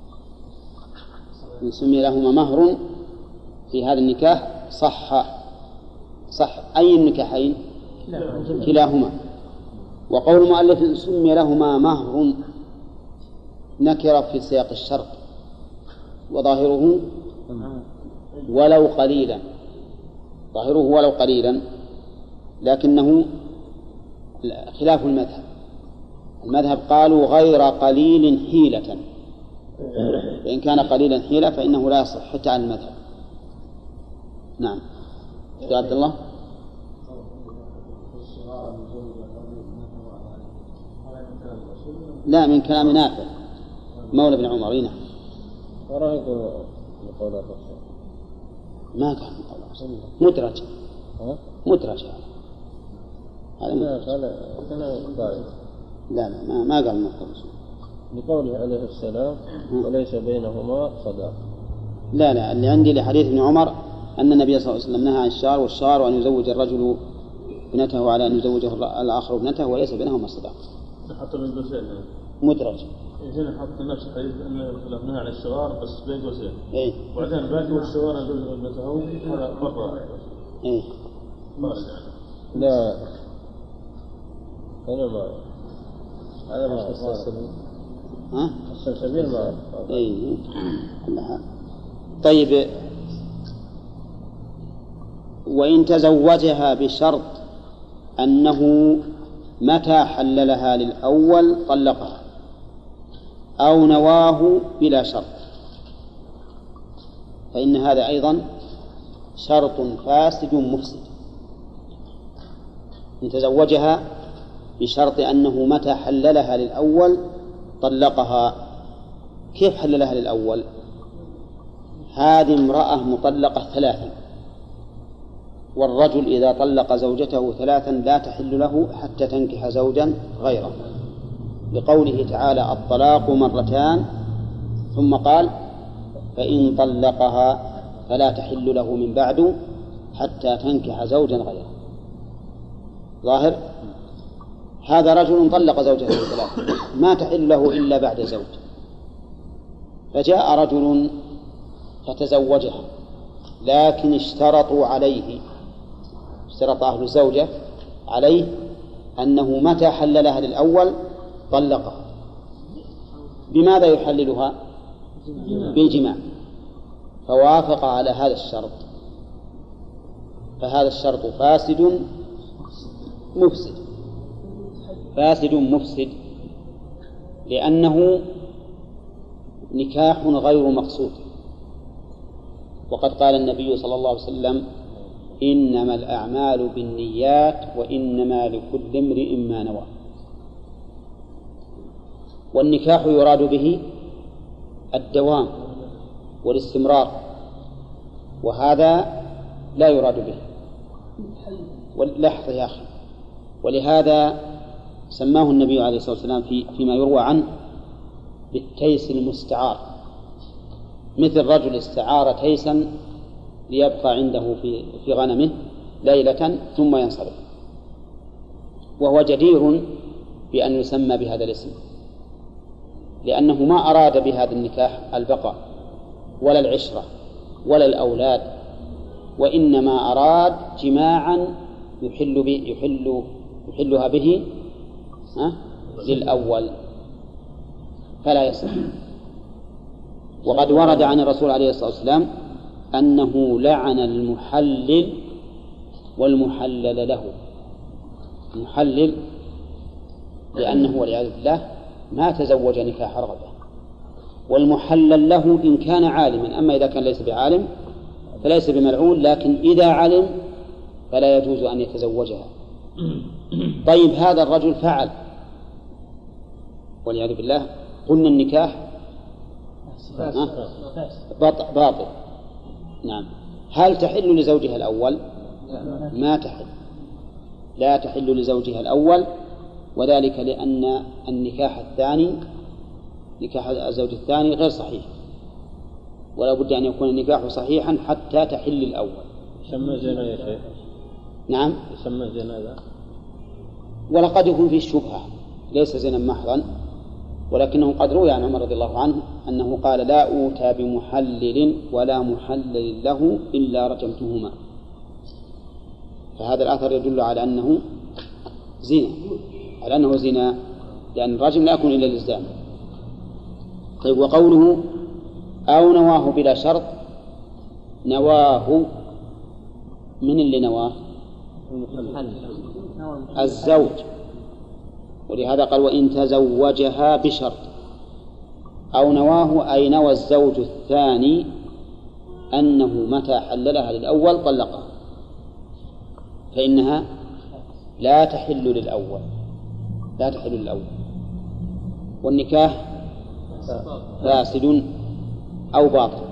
إن سمي لهما مهر في هذا النكاح صح أي النكاحين؟ كلاهما. وقول المؤلف إن سمي لهما مهر نكرة في سياق الشرط، وظاهره ولو قليلا، لكنه خلاف المذهب قالوا غير قليل حيلة، فإن كان قليلا حيلة فإنه لا يصح حتى عن المذهب. نعم يا عبد الله. لا من كلام نافع مولى بن عمر. نعم. ورأيكم بقول الرسول ما قال بقول الرسول مدرج هذا لا ما قال بقول الرسول بقوله عليه السلام وليس بينهما صداق. لا اللي عندي لحديث ابن عمر أن النبي صلى الله عليه وسلم نهى عن الشار والشار وأن يزوج الرجل ابنته على أن يزوجه الآخر ابنته وليس بينهما صداق. حتى من قوسين مدرج. هنا حط نفس الحديث أنه نهى عن الشغار بس بين قوسين. إيه. وبعدين باقي والشغار يزوج ابنته هذا مرة. إيه. لا أنا ما هذا ما ها؟ السلسبيل ما أي كلها. طيب وإن تزوجها بشرط أنه متى حللها للأول طلقها أو نواه بلا شرط فإن هذا أيضا شرط فاسد مفسد. إن تزوجها بشرط أنه متى حللها للأول طلقها. كيف حللها للأول؟ هذه امرأة مطلقة 3، والرجل إذا طلق زوجته 3 لا تحل له حتى تنكح زوجا غيره، لقوله تعالى الطلاق 2 ثم قال فإن طلقها فلا تحل له من بعد حتى تنكح زوجا غيره. ظاهر هذا رجل طلق زوجته 3 ما تحل له إلا بعد زوج، فجاء رجل فتزوجها لكن اشترطوا عليه، اشترط أهل الزوجة عليه أنه متى حللها للأول طلقها. بماذا يحللها؟ بالجماع، فوافق على هذا الشرط، فهذا الشرط فاسد مفسد، فاسد مفسد، لأنه نكاح غير مقصود. وقد قال النبي صلى الله عليه وسلم إنما الأعمال بالنيات وإنما لكل امرئ ما نوى. والنكاح يراد به الدوام والاستمرار، وهذا لا يراد به. لحظة يا أخي. ولهذا سماه النبي عليه الصلاة والسلام فيما يروى عنه بالتيس المستعار، مثل رجل استعار تيسا ليبقى عنده في غنمه ليلة ثم ينصرف، وهو جدير بأن يسمى بهذا الاسم، لأنه ما أراد بهذا النكاح البقاء ولا العشرة ولا الأولاد، وإنما أراد جماعا يحلها به للأول، فلا يصح. وقد ورد عن الرسول عليه الصلاة والسلام أنه لعن المحلل والمحلل له. المحلل لأنه والعياذ بالله ما تزوج نكاح رغبة، والمحلل له إن كان عالما، أما إذا كان ليس بعالم فليس بملعون، لكن إذا علم فلا يجوز أن يتزوجها. طيب هذا الرجل فعل والعياذ بالله، قلنا النكاح باطل. نعم. هل تحل لزوجها الأول؟ ما تحل، لا تحل لزوجها الأول، وذلك لأن النكاح الثاني نكاح الزوج الثاني غير صحيح، ولا بد أن يكون النكاح صحيحا حتى تحل الأول. يسمى زنا يا شيخ. نعم يسمى زنا ذا، ولقد يكون فيه شبهة، ليس زنا محضا، ولكنه قد روي عن عمر رضي الله عنه أنه قال لا أوتى بمحلل ولا محلل له إلا رجمتهما، فهذا الأثر يدل على أنه زنا، على أنه زنا، لأن الرجم لا يكون إلا للزنا. طيب وقوله أو نواه بلا شرط، نواه من اللي نواه؟ الزوج، ولهذا قال وإن تزوجها بشرط. أو نواه أي نوى الزوج الثاني أنه متى حللها للأول طلقها، فإنها لا تحل للأول، لا تحل للأول، والنكاح فاسد أو باطل.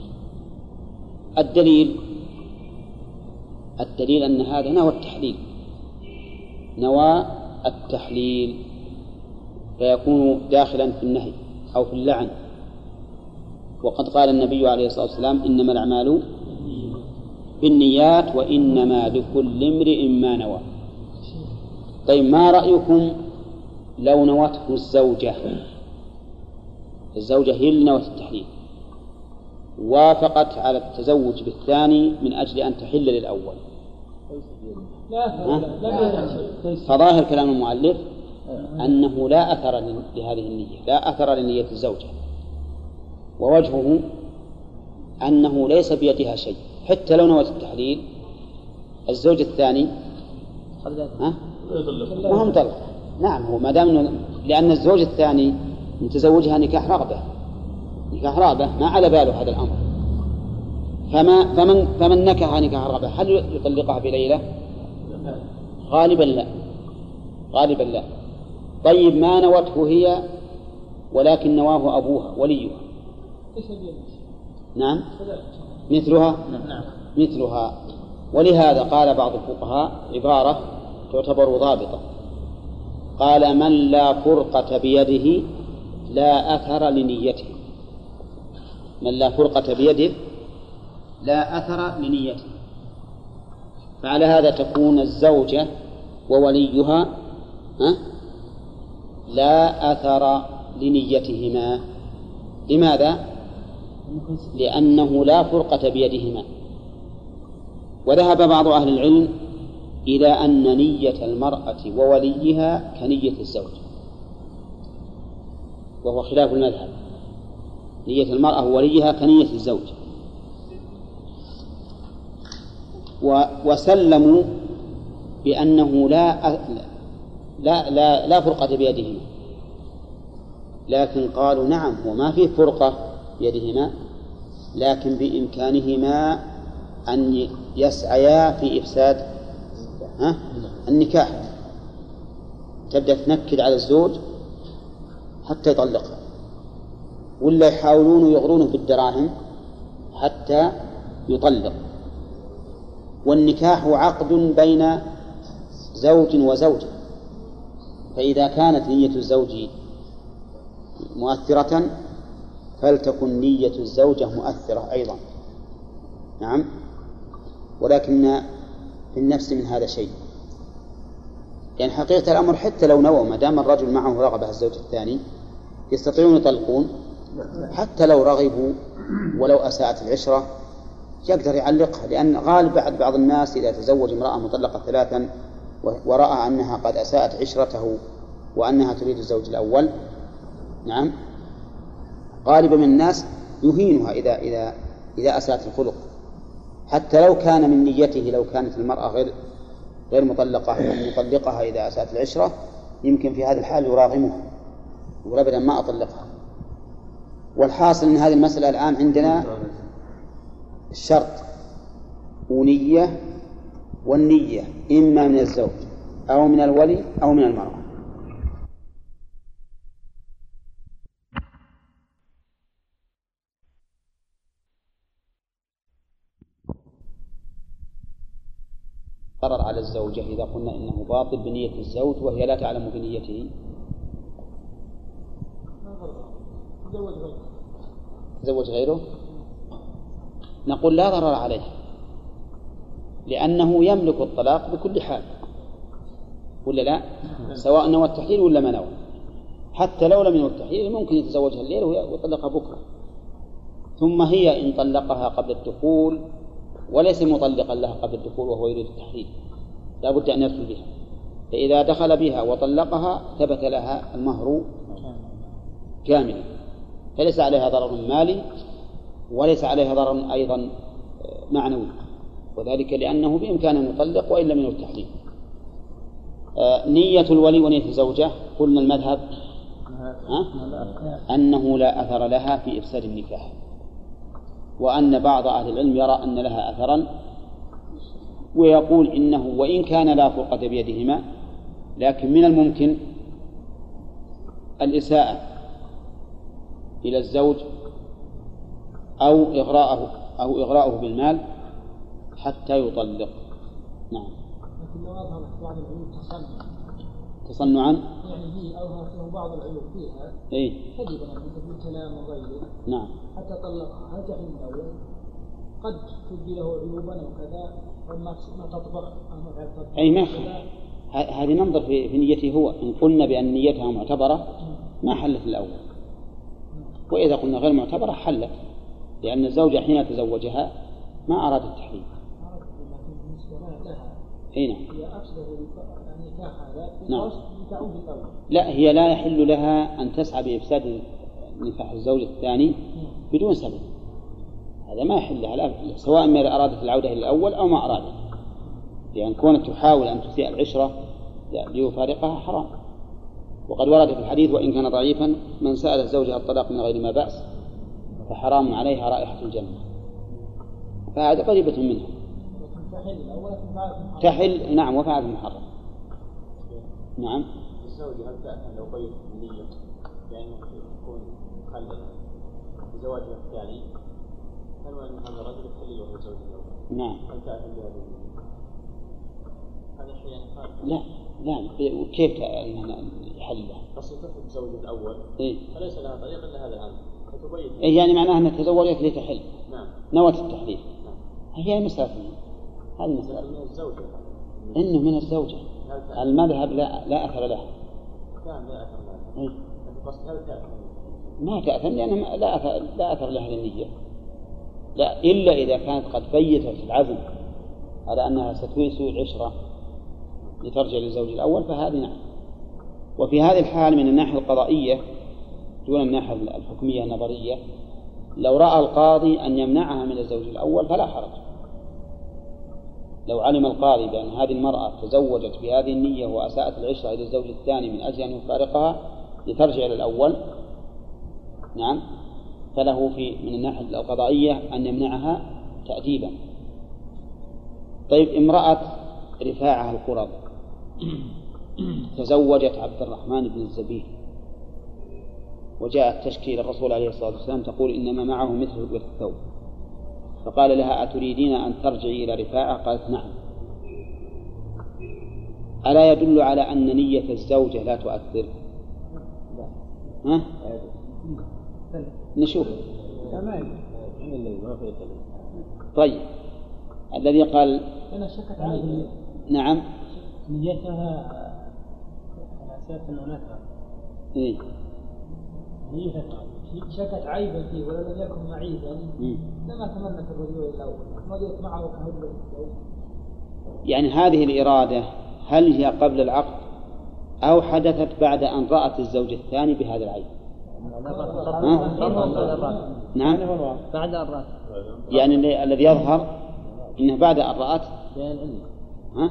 الدليل أن هذا نوى التحليل، نوى التحليل، فيكون داخلا في النهي أو في اللعن. وقد قال النبي عليه الصلاة والسلام إنما الأعمال بالنيات وإنما لكل امرئ ما نوى. طيب ما رأيكم لو نوته الزوجة هي اللي نوت التحليل، وافقت على التزوج بالثاني من أجل أن تحل للأول، فظاهر كلام المؤلف أنه لا أثر لهذه النية، لا أثر لنية الزوجة، ووجهه أنه ليس بيدها شيء، حتى لو نوت التحليل الزوج الثاني ما هم طلق. نعم، هو ما دام لأن الزوج الثاني متزوجها نكاح رغبة ما على باله هذا الأمر، فمن نكح نكاح رغبة هل يطلقها بليلة؟ غالبا لا. طيب ما نوته هي ولكن نواه أبوها وليها، نعم مثلها. ولهذا قال بعض الفقهاء عبارة تعتبر ضابطة، قال: من لا فرقة بيده لا أثر لنيته. من لا فرقة بيده لا أثر لنيته. فعلى هذا تكون الزوجة ووليها لا أثر لنيتهما. لماذا؟ لأنه لا فرقة بيدهما. وذهب بعض أهل العلم إلى أن نية المرأة ووليها كنية الزوج، وهو خلاف المذهب. نية المرأة ووليها كنية الزوج، وسلموا بأنه لا فرقة بيدهما، لكن قالوا نعم، وما فيه فرقة بيدهما، لكن بإمكانهما أن يسعيا في إفساد النكاح. تبدأ تنكد على الزوج حتى يطلقها، ولا يحاولون يغرونه بالدراهم حتى يطلق. والنكاح عقد بين زوج وزوجة، فإذا كانت نية الزوج مؤثرة فلتكن نية الزوجة مؤثرة أيضا. نعم، ولكن في النفس من هذا شيء، يعني حقيقة الأمر حتى لو نووا، ما دام الرجل معه رغبة الزوج الثاني يستطيعون يطلقون، حتى لو رغبوا ولو أساءت العشرة يقدر يعلقها، لأن غالب بعض الناس إذا تزوج امرأة مطلقة 3 ورأى أنها قد أساءت عشرته وأنها تريد الزوج الأول، نعم، غالبا من الناس يهينها إذا أساءت الخلق، حتى لو كان من نيته، لو كانت المرأة غير مطلقة أن يطلقها إذا أساءت العشرة، يمكن في هذا الحال يراغمها يقول أبدا ما أطلقها. والحاصل أن هذه المسألة الآن عندنا الشرط ونية، والنية إما من الزوج أو من الولي أو من المرأة. ضرر على الزوجة إذا قلنا إنه باطل بنية الزوج وهي لا تعلم بنيته. تزوج غيره نقول لا ضرر عليه، لأنه يملك الطلاق بكل حال، ولا لا؟ سواء نوى التحليل ولا ما نوى. حتى لو لم ينوى التحليل ممكن يتزوجها الليل ويطلقها بكرة. ثم هي إن طلقها قبل الدخول وليس مطلقا لها قبل الدخول وهو يريد التحليل لا بد أن يدخل بها، فإذا دخل بها وطلقها ثبت لها المهر كاملا، فليس عليها ضرر مالي وليس عليها ضرر أيضا معنوي، وذلك لأنه بإمكانه أن يطلق وإن لم ينوي التحليل. نية الولي ونية الزوجة قلنا المذهب أنه لا أثر لها في إفساد النكاح، وأن بعض أهل العلم يرى أن لها أثرا، ويقول إنه وإن كان لا فرقة بيدهما لكن من الممكن الإساءة إلى الزوج أو إغراءه بالمال حتى يطلق. نعم. لكن لو أظهر بعض العيوب تصنعا يعني هي أظهر له بعض العيوب فيها كذبا مثل الكلام وغيره، نعم، حتى طلقها، هل تحل الأول؟ قد تجي له عيوبا وكذا وما تطبخ ما هذه ننظر في نيته هو. إن قلنا بأن نيتها معتبرة ما حلت الأول، وإذا قلنا غير معتبرة حلت، لأن الزوجة حين تزوجها ما أراد التحليل. لكن بالنسبة لها هنا هي أفسده النكاح هذا نعم. تعود الأول. لا، هي لا يحل لها أن تسعى بإفساد نكاح الزوج الثاني بدون سبب، هذا ما يحل لها لا، سواء ما أرادت العودة إلى الأول أو ما أرادت، لأن كونت تحاول أن تسيء العشرة ليفارقها حرام. وقد ورد في الحديث وإن كان ضعيفا: من سأل زوجها الطلاق من غير ما بأس فحرام عليها رائحة الجنة. فهذا قريبة منها تحل. نعم، وفعل محرم. نعم. الزوجة هل تأثم لو بيت النية لأنه يكون مخلل بزواجها الثاني؟ هل أن هذا الرجل يخلي وهو زوج الأول؟ نعم. هل تأثم بهذا النية؟ هذا شيء لا وكيف يحلها؟ بس تفرق زوج الأول فليس لها طريق إلا هذا الأمر فتبين. يعني معناها أنها تزوجت لتحل. نعم. نوت التحليل. نعم. هي مسألة، هذه مسألة من الزوجة. إنه من الزوجة. المذهب لا أثر له. كان لا أثر له. بس هل تأثم؟ ما تأثم لأنه لا أثر لها للنية. لا، إلا إذا كانت قد بيتت العزم على أنها ستسوء العشرة لترجع للزوج الأول فهذه نعم. وفي هذه الحال من الناحية القضائية دون الناحية الحكمية النظرية، لو رأى القاضي أن يمنعها من الزوج الأول فلا حرج. لو علم القاضي بأن هذه المرأة تزوجت بهذه النية وأساءت العشرة إلى الزوج الثاني من أجل أن يفارقها لترجع إلى الأول، نعم، فله من الناحية القضائية أن يمنعها تأديبا. طيب، امرأة رفاعة القرظ تزوجت عبد الرحمن بن الزبير وجاءت تشكي إلى الرسول عليه الصلاة والسلام تقول إنما معه مثل هدوة الثوب، فقال لها: أتريدين أن ترجعي إلى رفاعة؟ قالت: نعم. ألا يدل على أن نية الزوجة لا تؤثر؟ ها؟ نشوف. طيب، الذي قال أنا شكت عليه. نعم. نيتها على أساس أنه نفع. إيه. شكت عيبا فيه ولم يكن معيبا لما تمنت الرجوع إلى الأول ما جئت معه كهدوة الثوب. يعني هذه الإرادة هل هي قبل العقد أو حدثت بعد أن رأت الزوج الثاني بهذا العيب؟ نعم، بعد أن رأت. يعني الذي يظهر إنه بعد أن رأت. ها؟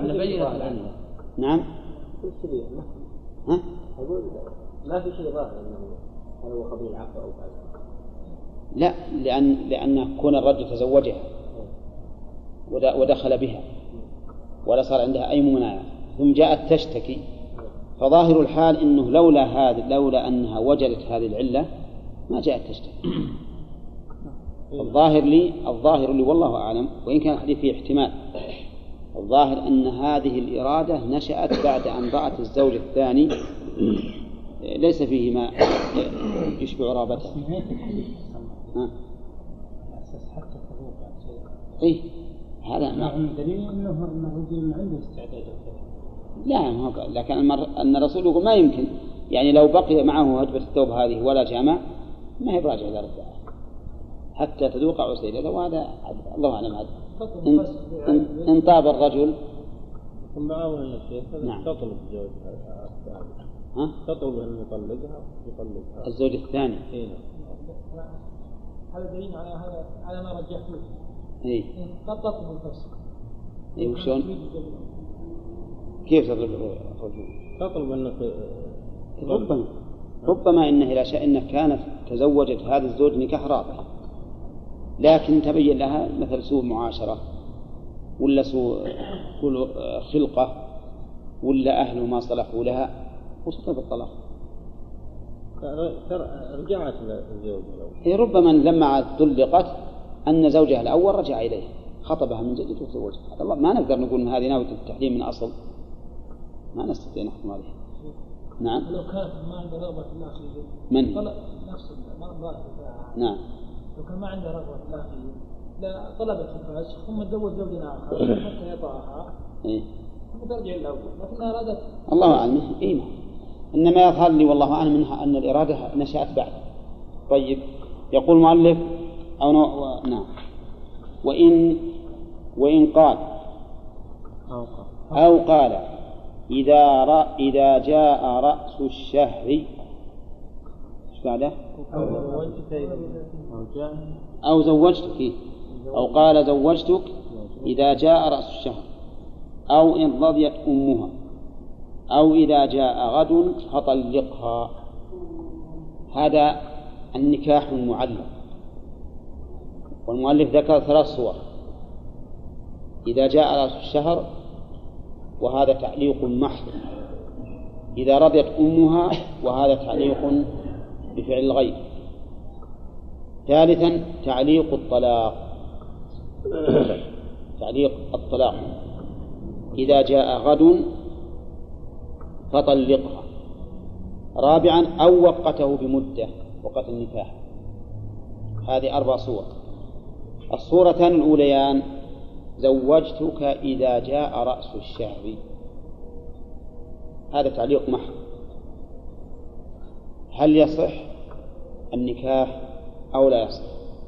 نعم. ها؟ ما في شيء ظاهر أنه هل هو قبل العقد أو بعد. لا، لأن كون الرجل تزوجها ودخل بها ولا صار عندها أي ممانعة ثم جاءت تشتكي، فظاهر الحال إنه لولا أنها وجدت هذه العلة ما جاءت تشتكي. الظاهر لي والله أعلم، وإن كان الحديث فيه احتمال، الظاهر أن هذه الإرادة نشأت بعد أن رأت الزوج الثاني ليس فيه ما يشبع رغبته. إيه هذا دليل أنه الرجل عنده استعداد. لا، لكن أن الرسول يقول ما يمكن، يعني لو بقي معه هدبة الثوب هذه ولا جامع ما هي براجع إلى رجعه حتى تذوق عسيلته، وهذا الله أعلم. هذا إن طاب الرجل ثم معاون الشيخ تطلب الزوج تطلب أن يطلقها الزوج الثاني. هذا دليل على ما رجحته. إيه. قد تطلب الفسق. إيه وشون؟ كيف تطلب الرجل؟ تطلب أنك ربما إنك كانت تزوجت هذا الزوج نكاح رابع، لكن تبين لها مثل سوء معاشرة ولا سوء خلقة ولا أهله ما صلحوا لها وسقط الطلاق. رجعت للزوج الأول. ربما لما طلقت أن زوجها الأول رجع إليه خطبها من جديد وتزوجها. الله ما نقدر نقول أن هذه ناوية التحريم من أصل، ما نستطيع نحكم عليه. نعم. لو كانت ما عنده رغبة في الله من طلب نفسه ما نعم. لو كان ما عنده رغبة في الله لا طلبت الفسخ ثم تزوج زوجا آخر حتى يطاعها ثم ترجع الأول، لكن أرادت الله أعلم. إيه، إنما يظهر لي والله أعلم منها أن الإرادة نشأت بعد. طيب، يقول المؤلف نعم. وإن قال أو قال إذا جاء رأس الشهر إيش بعده؟ أو زوجتك، أو قال زوجتك إذا جاء رأس الشهر، أو إن رضيت أمها، أو إذا جاء غد فطلقها. هذا النكاح المعلق. والمؤلف ذكر 3 صور: إذا جاء رأس الشهر، وهذا تعليق محض، إذا رضيت أمها، وهذا تعليق بفعل الغير. ثالثا تعليق الطلاق، تعليق الطلاق: إذا جاء غد فطلقها. رابعا أو وقته بمدة، وقت النكاح. هذه 4 صور. الصورتان الأوليان: زوجتك إذا جاء رأس الشهر، هذا تعليق محض. هل يصح النكاح أو لا يصح؟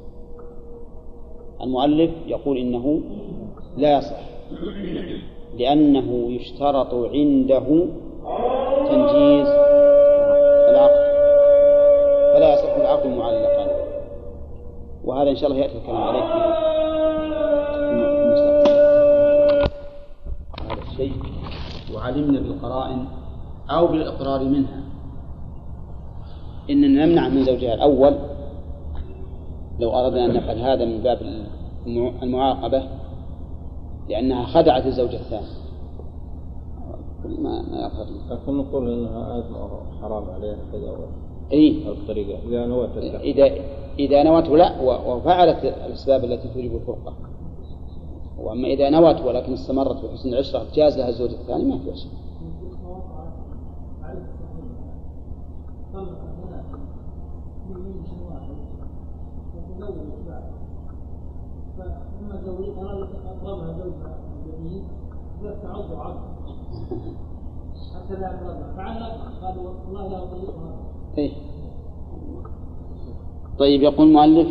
المؤلف يقول إنه لا يصح، لأنه يشترط عنده تنجيز العقد، فلا يصح العقد معلقا. وهذا إن شاء الله يأتي الكلام عليه في المستقبل. هذا الشيء وعلمنا بالقرائن أو بالإقرار منها إننا نمنع من زوجها الأول لو أردنا أن نفعل هذا من باب المعاقبة، لأنها خدعت الزوج الثاني. ما يظهر لي. لكن نقول إنها أيضا حرام عليها كذا الطريقة إذا نوت لا وفعلت الأسباب التي توجب الفرقة. وأما إذا نوت ولكن استمرت في حسن العشرة جاز لها الزوج الثاني، ما في شيء. إيه. طيب يقول المؤلف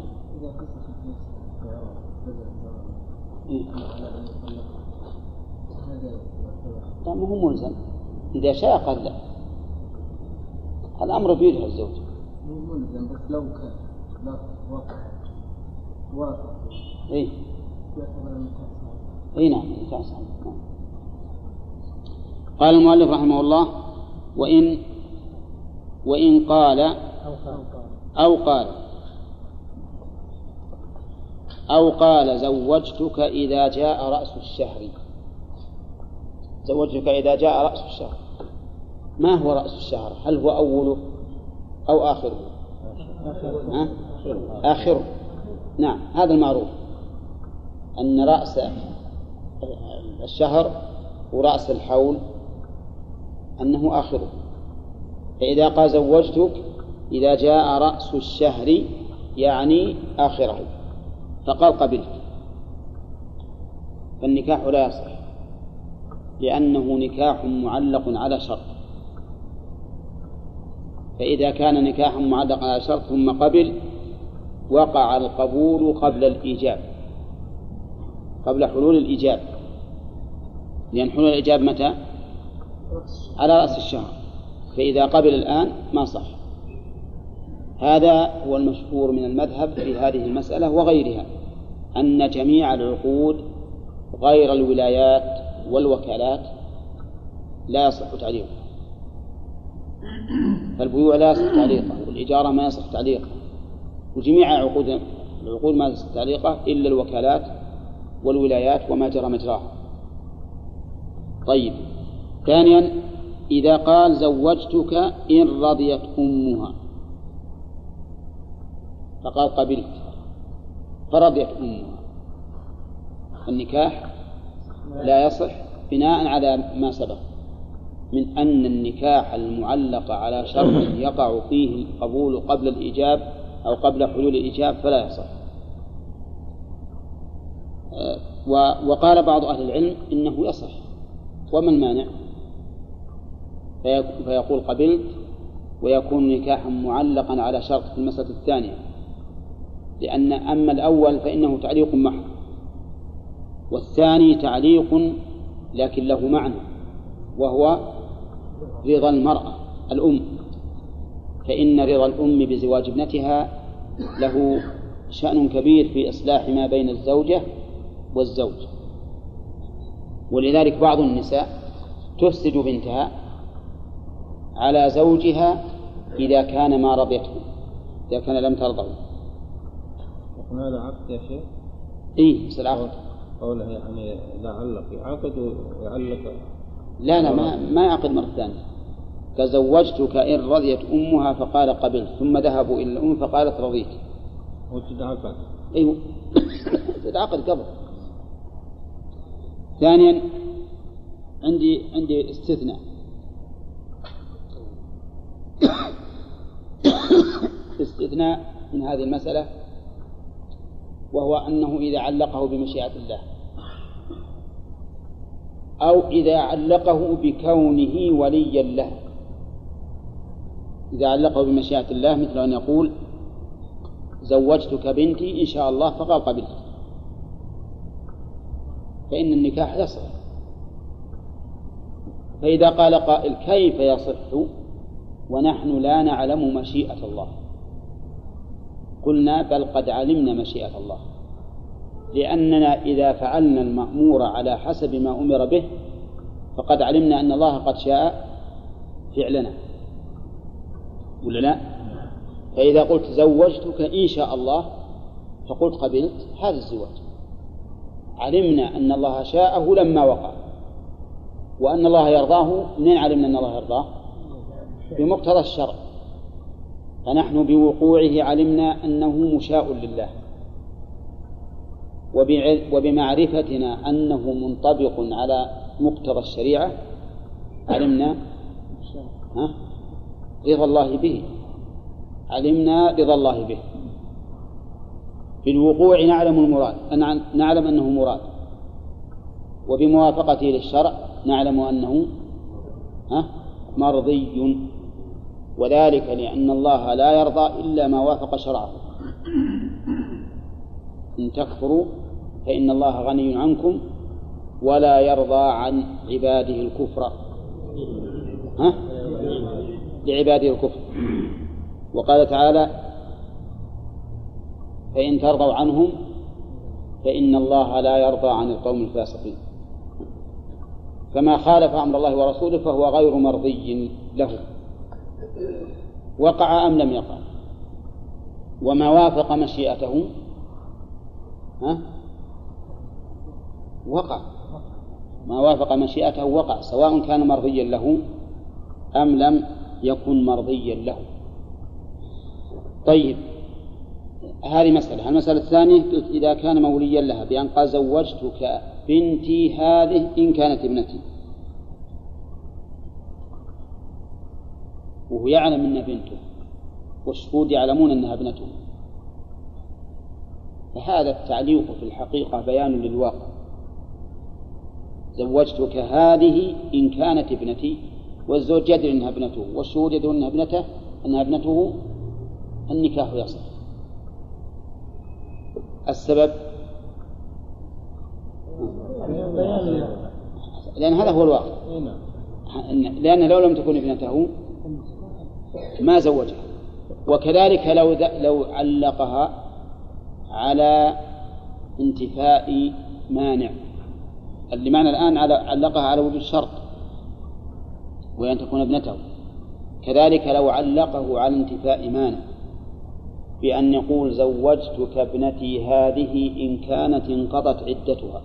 طبعا هو ملزم إذا شاء قال لا، الأمر بيده الزوج ملزم، بس لو كان لا وافق إيه إيه نعم. قال المؤلف رحمه الله: وإن قال أو قال زوجتك إذا جاء رأس الشهر. زوجتك إذا جاء رأس الشهر، ما هو رأس الشهر؟ هل هو أوله أو آخره؟ آخره. نعم، هذا المعروف أن رأس الشهر ورأس الحول أنه آخره. فإذا قال زوجتك إذا جاء رأس الشهر يعني آخره، فقال قبلت، فالنكاح لا يصح، لأنه نكاح معلق على شرط. فإذا كان نكاحا معلقا على شرط ثم قبل، وقع القبول قبل الإيجاب، قبل حلول الإيجاب، لأن حلول الإيجاب متى؟ على رأس الشهر. فإذا قبل الآن ما صح. هذا هو المشهور من المذهب في هذه المسألة وغيرها، أن جميع العقود غير الولايات والوكالات لا يصح تعليقها. فالبيوع لا يصح تعليقها، والإجارة ما يصح تعليقها، وجميع العقود ما يصح تعليقها إلا الوكالات والولايات وما جرى مجراها. طيب، ثانيا إذا قال زوجتك إن رضيت أمها، فقال قبلت فرضيت أمها، النكاح لا يصح بناء على ما سبق من أن النكاح المعلق على شرط يقع فيه القبول قبل الإيجاب أو قبل حلول الإيجاب فلا يصح. وقال بعض أهل العلم إنه يصح، وما المانع؟ فيقول قبلت ويكون نكاحا معلقا على شرط في المسألة الثانية، لأن أما الأول فإنه تعليق محض، والثاني تعليق لكن له معنى، وهو رضا المرأة الأم، فإن رضا الأم بزواج ابنتها له شأن كبير في إصلاح ما بين الزوجة والزوج. ولذلك بعض النساء تفسد بنتها على زوجها إذا كان ما رضيته، إذا كان لم ترضه. هذا عقد يا شيخ؟ إيه مثل عقد. قوله يعني إذا علق يعقد ويعلق. لا ما يعقد مرة ثانية. تزوجتك إن رضيت أمها فقال قبلت، ثم ذهبوا إلى الأم فقالت رضيت. وتتعقد. أيوه تتعقد قبل. ثانيا عندي استثناء. استثناء من هذه المسألة، وهو أنه إذا علقه بمشيئة الله، أو إذا علقه بكونه وليا له. إذا علقه بمشيئة الله مثل أن يقول زوجتك بنتي إن شاء الله فقال قبلت، فإن النكاح يصح. فإذا قال قائل كيف يصح ونحن لا نعلم مشيئة الله؟ قلنا بل قد علمنا مشيئة الله، لأننا إذا فعلنا المأمور على حسب ما أمر به فقد علمنا أن الله قد شاء فعلنا، ولا لا؟ فإذا قلت زوجتك إن شاء الله فقلت قبلت، هذا الزواج علمنا أن الله شاءه لما وقع، وأن الله يرضاه. منين علمنا أن الله يرضاه؟ بمقتضى الشرع. فنحن بوقوعه علمنا أنه مشاء لله، وبمعرفتنا أنه منطبق على مقتضى الشريعة علمنا رضا الله به، علمنا رضا الله به. بالوقوع نعلم المراد، نعلم أنه مراد، وبموافقته للشرع نعلم أنه مرضي، وذلك لأن الله لا يرضى إلا ما وافق شرعه. إن تكفروا فإن الله غني عنكم ولا يرضى عن عباده الكفر، لعباده الكفر. وقال تعالى فإن ترضوا عنهم فإن الله لا يرضى عن القوم الفاسقين. فما خالف أمر الله ورسوله فهو غير مرضي له، وقع أم لم يقع. وما وافق مشيئته وقع، ما وافق مشيئته وقع، سواء كان مرضيا له أم لم يكن مرضيا له. طيب هذه مسألة. المسألة الثانية إذا كان موليا لها بأن قال زوجتك بنتي هذه إن كانت ابنتي، وهو يعلم أنها بنته والشهود يعلمون أنها ابنته، فهذا التعليق في الحقيقة بيان للواقع. زوجتك هذه إن كانت ابنتي، والزوج يدري أنها ابنته والشهود يدرون أنها ابنته، النكاح يصح. السبب لأن هذا هو الواقع، لأن لو لم تكن ابنته ما زوجها. وكذلك لو علقها على انتفاء مانع، اللي معنى الآن علقها على وجود شرط وهي أن تكون ابنته، كذلك لو علقه على انتفاء مانع بأن يقول زوجتك ابنتي هذه إن كانت انقضت عدتها،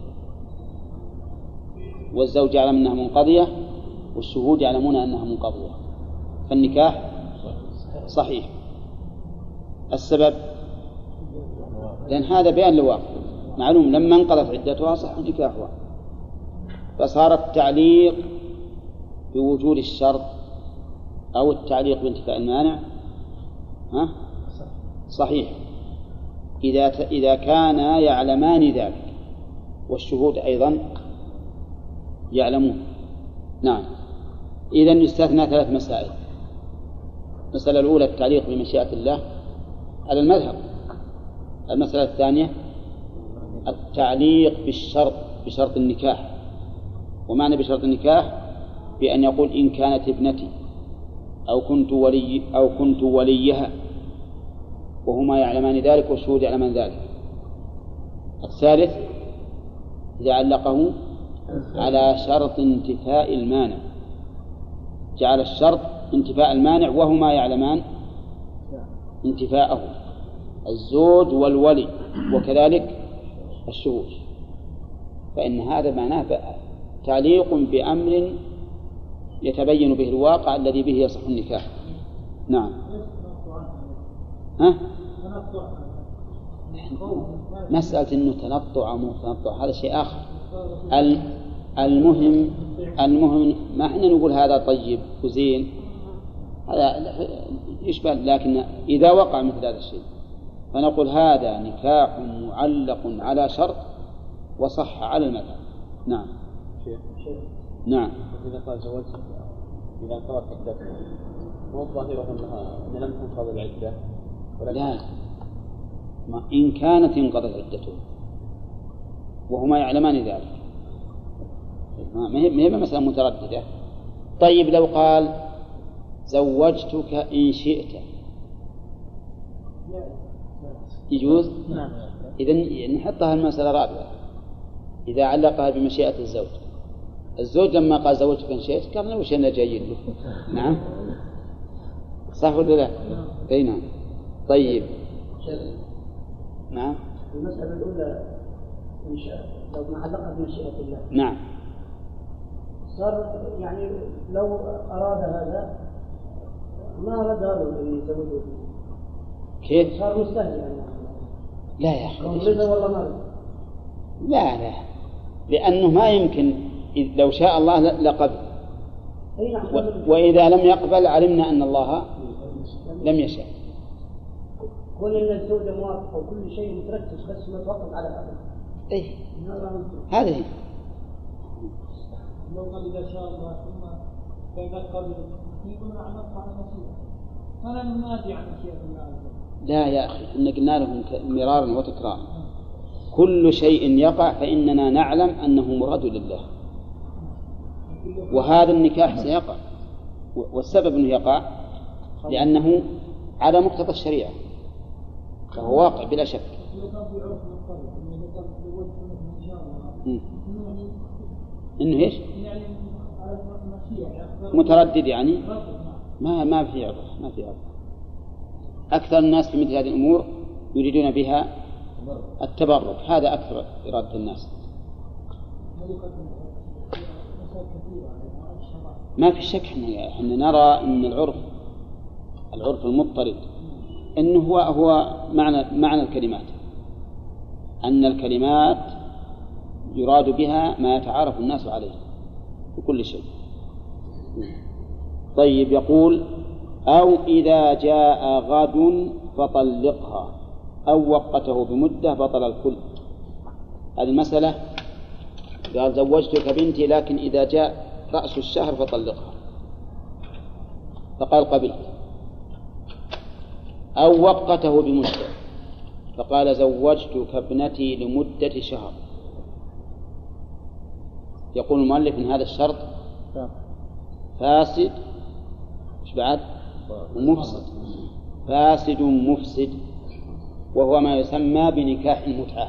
والزوج يعلم أنها منقضية والشهود يعلمون أنها منقضية، فالنكاح صحيح. السبب لأن هذا بيان لواقع معلوم، لما انقضت عدتها صح نكاحها. فصار التعليق بوجود الشرط أو التعليق بانتفاء المانع صحيح إذا كانا يعلمان ذلك والشهود أيضا يعلمون. نعم. إذن يستثنى 3 مسائل. المسألة الأولى التعليق بمشيئة الله على المذهب. المسألة الثانية التعليق بشرط النكاح ومعنى بشرط النكاح بأن يقول إن كانت ابنتي أو كنت وليها، وهما يعلمان ذلك والشهود يعلمان ذلك. الثالث إذا علقه على شرط انتفاء المانع، جعل الشرط انتفاء المانع وهما يعلمان انتفاءه، الزوج والولي وكذلك الشهود، فإن هذا معناه تعليق بأمر يتبين به الواقع الذي به يصح النكاح. نعم. مسألة أنه تنطع أو مو تنطع هذا شيء آخر. المهم ما احنا نقول هذا طيب وزين، هذا يشبه، لكن إذا وقع مثل هذا الشيء فنقول هذا نكاح معلق على شرط وصح على المذهب. نعم. نعم. إذا قال زوجت إذا انقضت عدتها مو الظاهر أنها لم تنقض العدة، لا، ما إن كانت انقضت عدته وهما يعلمان ذلك ما هي مسألة مترددة. طيب لو قال زوجتك إن شئت يجوز؟ نعم. إذن نحطها المسألة رابعة إذا علقها بمشيئة الزوج لما قال زوجتك إن شئت قال وش أنا جيد له. نعم صح ولا لا؟ أي نعم. طيب نعم. المسألة الأولى إن شاء لو ما علقها بمشيئة الله. نعم. صار يعني لو أراد هذا ما أراد هذا أن يزوجه. كيف؟ صار مستهزئا. لا يا أخي. والله ما. لا لأنه ما يمكن لو شاء الله لقبل. وإذا لم يقبل علمنا أن الله لم يشاء. كل إن الزوجة موافقة وكل شيء متركز بس ما توقف على هذا. إيه. هذه. لو قال إذا شاء الله ثم كان قبل يكون على المشيئة فلا ننادي عن مشيئة الله عز وجل. لا يا أخي إحنا قلنا لهم مرارا وتكرارا كل شيء يقع فإننا نعلم أنه مراد لله، وهذا النكاح سيقع، والسبب أنه يقع لأنه على مقتضى الشريعة فهو واقع بلا شك. إنه إيش؟ متردد يعني ما في عذر. أكثر الناس في مثل هذه الأمور يريدون بها التبرك، هذا أكثر إرادة الناس. ما في شك إحنا نرى أن العرف المضطرد إنه هو معنى الكلمات، أن الكلمات يراد بها ما يتعارف الناس عليه في كل شيء. طيب يقول أو إذا جاء غد فطلقها أو وقته بمدة بطل الكل. هذه المسألة قال زوجتك بنتي لكن إذا جاء رأس الشهر فطلقها، فقال قبلت. أو وقته بمدة فقال زوجتك ابنتي لمدة شهر. يقول المؤلف إن هذا الشرط فاسد، إيش بعد؟ ومفسد. فاسد مفسد، وهو ما يسمى بنكاح المتعة.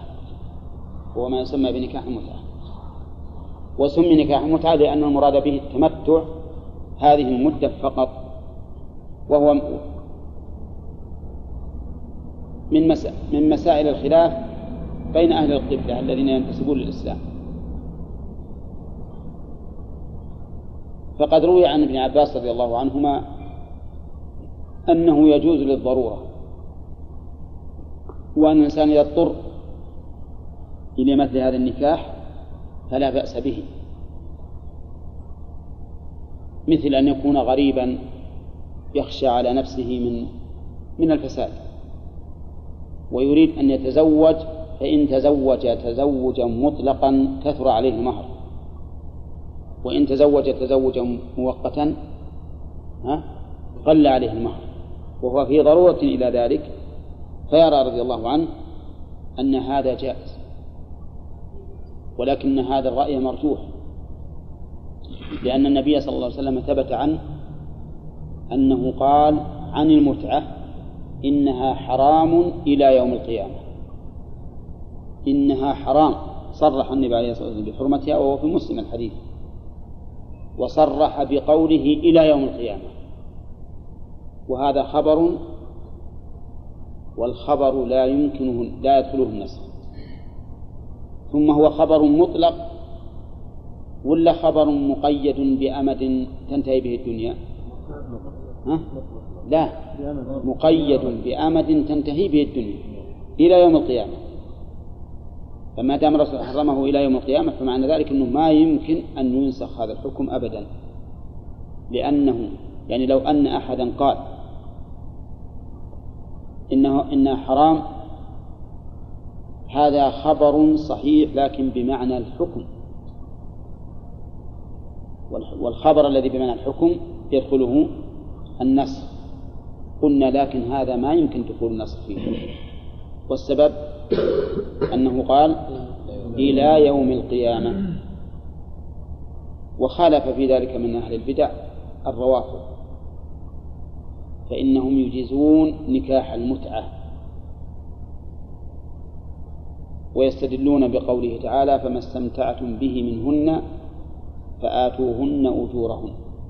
وسمي نكاح المتعة لأن المراد به التمتع هذه المدة فقط، وهو من مسائل الخلاف بين أهل القبلة الذين ينتسبون للإسلام. فقد روي عن ابن عباس رضي الله عنهما أنه يجوز للضرورة، وأن الإنسان إذا اضطر إلى مثل هذا النكاح فلا بأس به، مثل أن يكون غريبا يخشى على نفسه من الفساد ويريد أن يتزوج، فإن تزوج تزوجا مطلقا كثر عليه المهر، وإن تزوج تزوجا مؤقتا قل عليه المهر، وهو في ضرورة إلى ذلك، فيرى رضي الله عنه أن هذا جائز، ولكن هذا الرأي مرجوح، لأن النبي صلى الله عليه وسلم ثبت عنه أنه قال عن المتعة إنها حرام إلى يوم القيامة. إنها حرام، صرح النبي عليه الصلاة والسلام بحرمتها، وهو في مسلم الحديث، وصرح بقوله إلى يوم القيامة. وهذا خبر، والخبر لا يدخله النسخ. ثم هو خبر مطلق ولا خبر مقيد بأمد تنتهي به الدنيا؟ لا، مقيد بأمد تنتهي به الدنيا إلى يوم القيامة. فما دام الرسول حرمه إلى يوم القيامة فمعنى ذلك أنه ما يمكن أن ينسخ هذا الحكم أبدا. لأنه يعني لو أن أحدا قال إنها حرام، هذا خبر صحيح لكن بمعنى الحكم، والخبر الذي بمعنى الحكم يدخله النسخ. قلنا لكن هذا ما يمكن دخول النسخ فيه، والسبب أنه قال إلى يوم القيامة. وخالف في ذلك من أهل البدع الروافض، فإنهم يجيزون نكاح المتعة ويستدلون بقوله تعالى فما استمتعتم به منهن فآتوهن أجورهن،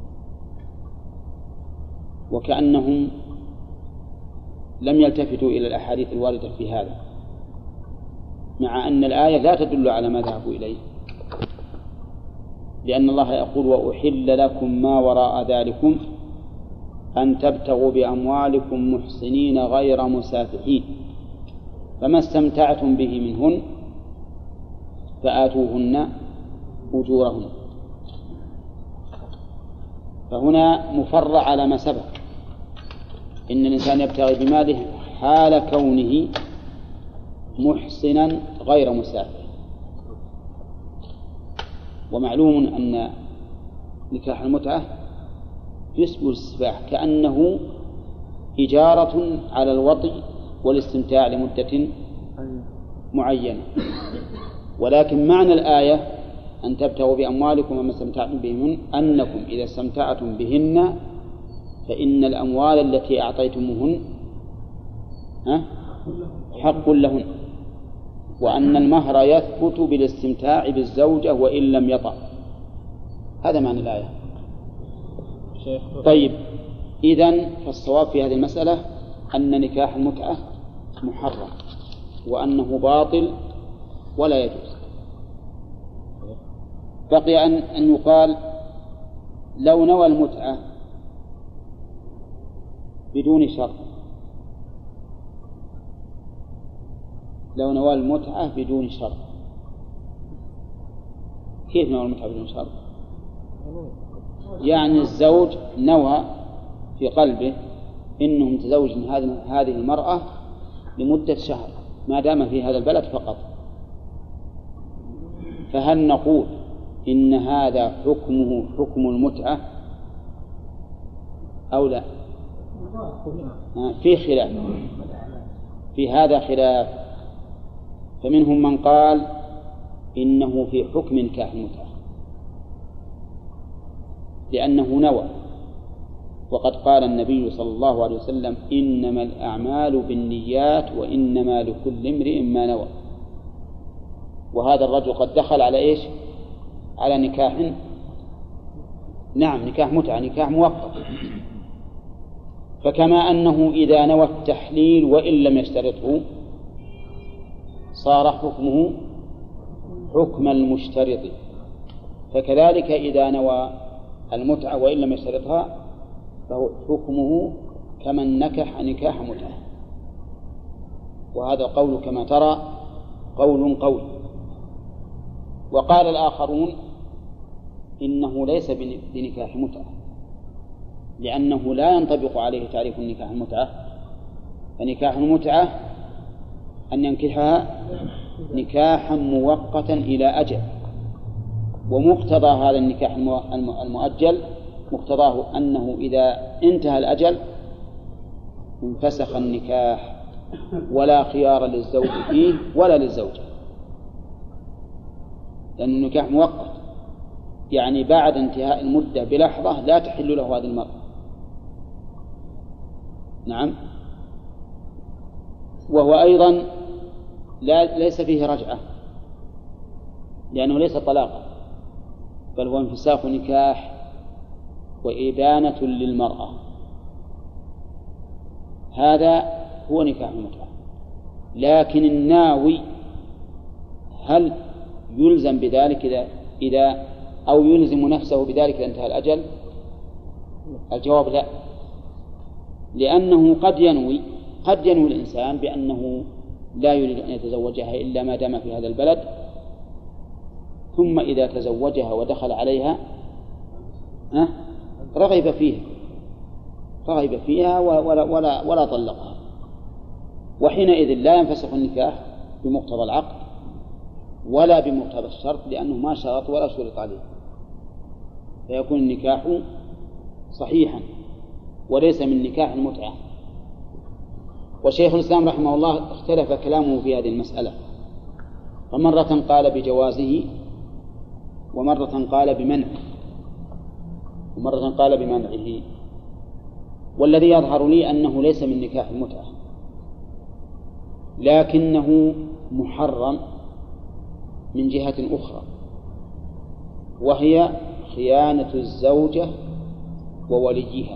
وكأنهم لم يلتفتوا إلى الأحاديث الواردة في هذا، مع أن الآية لا تدل على ما ذهبوا إليه، لأن الله يقول وأحل لكم ما وراء ذلكم أن تبتغوا بأموالكم محصنين غير مسافحين فما استمتعتم به منهن فآتوهن أجورهن. فهنا مفرع على ما سبق، إن الإنسان يبتغي بماله حال كونه محصنا غير مسافح. ومعلوم أن نكاح المتعة يشبه السفاح، كأنه إجارة على الوطي والاستمتاع لمدة معينة. ولكن معنى الآية أن تبتغوا بأموالكم وما استمتعتم بهن أنكم إذا استمتعتم بهن فإن الأموال التي أعطيتموهن حق لهن، وأن المهر يثبت بالاستمتاع بالزوجة وإن لم يطأ. هذا معنى الآية. طيب، إذن فالصواب في هذه المسألة أن نكاح المتعة محرم وأنه باطل ولا يجوز. بقي أن يقال لو نوى المتعة بدون شرط، لو نوى المتعة بدون شرط، كيف نوى المتعة بدون شرط؟ يعني الزوج نوى في قلبه إنه متزوج من هذه المرأة لمدة شهر ما دام في هذا البلد فقط، فهل نقول إن هذا حكمه حكم المتعة أو لا؟ في خلاف في هذا خلاف. فمنهم من قال إنه في حكم نكاح المتعة لأنه نوى، وقد قال النبي صلى الله عليه وسلم إنما الأعمال بالنيات وإنما لكل امرئ ما نوى. وهذا الرجل قد دخل على إيش؟ على نكاح، نعم نكاح متعة، نكاح مؤقت. فكما أنه إذا نوى التحليل وإن لم يشترطه صار حكمه حكم المشترط، فكذلك إذا نوى المتعة وإن لم يشترطها فهو حكمه كمن نكح نكاح متعة. وهذا القول كما ترى قول قوي. وقال الآخرون إنه ليس بنكاح متعة لأنه لا ينطبق عليه تعريف النكاح المتعة، فنكاح المتعة أن ينكحها نكاحا مؤقتا إلى أجل، ومقتضى هذا النكاح المؤجل مقتضاه أنه إذا انتهى الأجل انفسخ النكاح ولا خيار للزوج فيه ولا للزوجة، لأن النكاح مؤقت يعني بعد انتهاء المدة بلحظة لا تحل له هذه المرأة. نعم. وهو أيضا ليس فيه رجعة، لأنه ليس طلاقا، بل هو انفساخ نكاح وإبانة للمرأة. هذا هو نكاح المتعة. لكن الناوي هل يلزم بذلك إذا أو يلزم نفسه بذلك إذا انتهى الأجل؟ الجواب لا، لأنه قد ينوي الإنسان بأنه لا يريد أن يتزوجها إلا ما دام في هذا البلد، ثم إذا تزوجها ودخل عليها رغب فيها ولا طلقها، وحينئذ لا ينفسخ النكاح بمقتضى العقد ولا بمقتضى الشرط، لأنه ما شرط ولا شرط عليه، فيكون النكاح صحيحا وليس من نكاح المتعة. وشيخ الإسلام رحمه الله اختلف كلامه في هذه المسألة، فمرة قال بجوازه ومرة قال بمنعه ومرة قال بمنعه. والذي يظهر لي أنه ليس من نكاح المتعة، لكنه محرم من جهة أخرى، وهي خيانة الزوجة ووليها،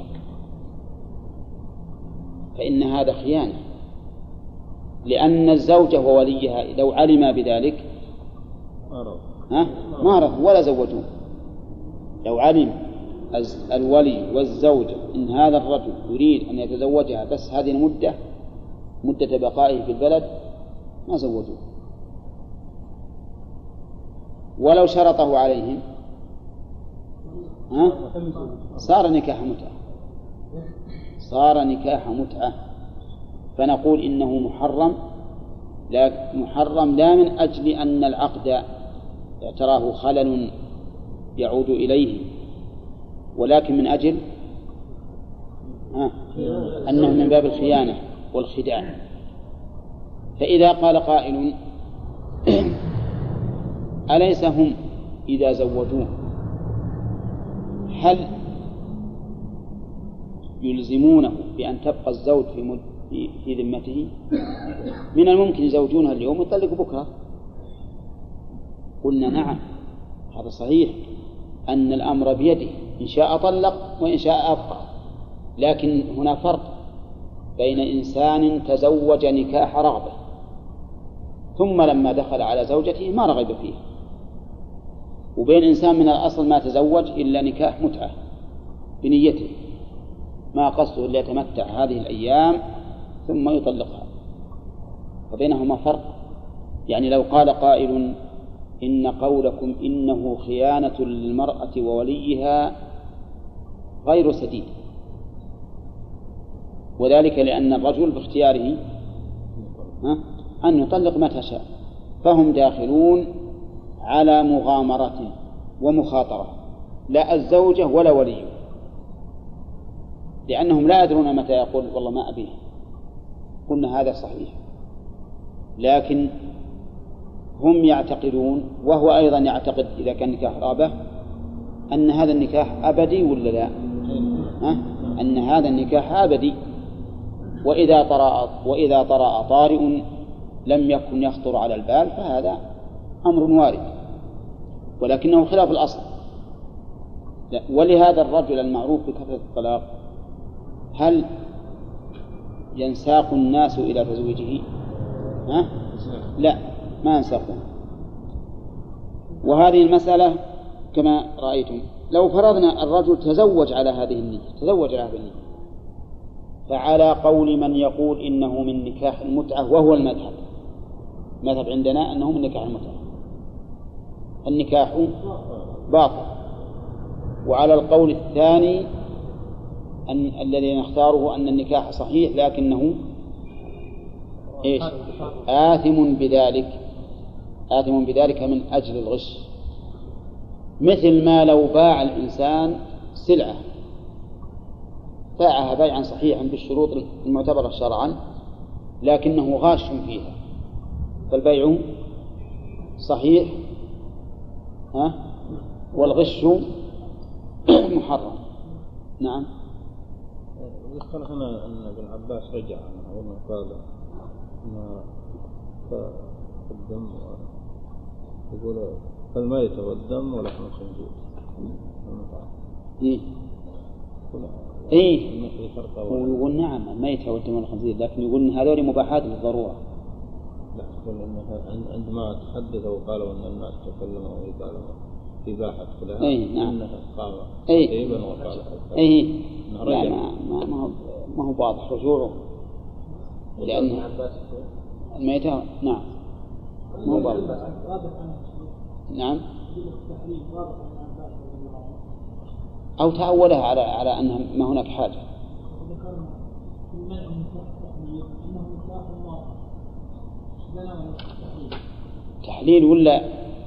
فإن هذا خيانة، لأن الزوجة ووليها لو علما بذلك ما رضوا ولا زوجوه. لو علم الولي والزوجة إن هذا الرجل يريد أن يتزوجها بس هذه المدة، مدة بقائه في البلد، ما زوجوه. ولو شرطه عليهم صار نكاح متعة. فنقول إنه محرم لا من أجل أن العقد تراه خلل يعود إليه، ولكن من أجل أنه من باب الخيانة والخداع. فإذا قال قائل أليس هم إذا زوجوه هل يلزمونه بأن تبقى الزوج في ذمته؟ من الممكن يزوجونها اليوم ويطلقوا بكرة. قلنا نعم، هذا صحيح أن الأمر بيده، إن شاء طلق وإن شاء أبقى، لكن هنا فرق بين إنسان تزوج نكاح رغبة ثم لما دخل على زوجته ما رغب فيها، وبين إنسان من الأصل ما تزوج إلا نكاح متعة بنيته، ما قصده إلا يتمتع هذه الأيام ثم يطلقها، فبينهما فرق. يعني لو قال قائل إن قولكم إنه خيانة للمرأة ووليها غير سديد، وذلك لأن الرجل باختياره أن يطلق متى شاء، فهم داخلون على مغامرة ومخاطرة، لا الزوجة ولا وليه، لأنهم لا يدرون متى يقول والله ما أبيه. قلنا هذا صحيح، لكن هم يعتقدون وهو أيضا يعتقد إذا كان نكاح رغبة أن هذا النكاح أبدي ولا لا؟ أن هذا النكاح أبدي، وإذا طرأ طارئ لم يكن يخطر على البال فهذا أمر وارد، ولكنه خلاف الأصل. ولهذا الرجل المعروف بكثرة الطلاق هل ينساق الناس إلى تزويجه؟ لا، ما ينساقون. وهذه المسألة كما رأيتم لو فرضنا الرجل تزوج على هذه النية، فعلى قول من يقول إنه من نكاح المتعة وهو المذهب عندنا أنه من نكاح المتعة، النكاح باطل. وعلى القول الثاني الذي نختاره أن النكاح صحيح لكنه آثم بذلك من أجل الغش، مثل ما لو باع الإنسان سلعة باعها بيعا صحيحا بالشروط المعتبرة شرعا لكنه غاش فيها، فالبيع صحيح والغش محرم. نعم. ذكر هنا أن ابن عباس رجع عنه أول ما قال أن الدم يقول الميت والدم ولحم الخنزير. إيه ويقول نعم الميت والدم والخنزير، لكن يقول إن هذول مباحات بالضرورة. لا يقول إنها عندما تحدثوا وقالوا أن الناس تكلموا وقالوا إباحة كلها. إيه نعم. إنها قام إيه. طيبا وقال. إيه لا ما هو واضح رجوعه، لأن الميتة نعم ما هو واضح. نعم. أو تأولها على أن ما هناك حاجة. تحليل ولا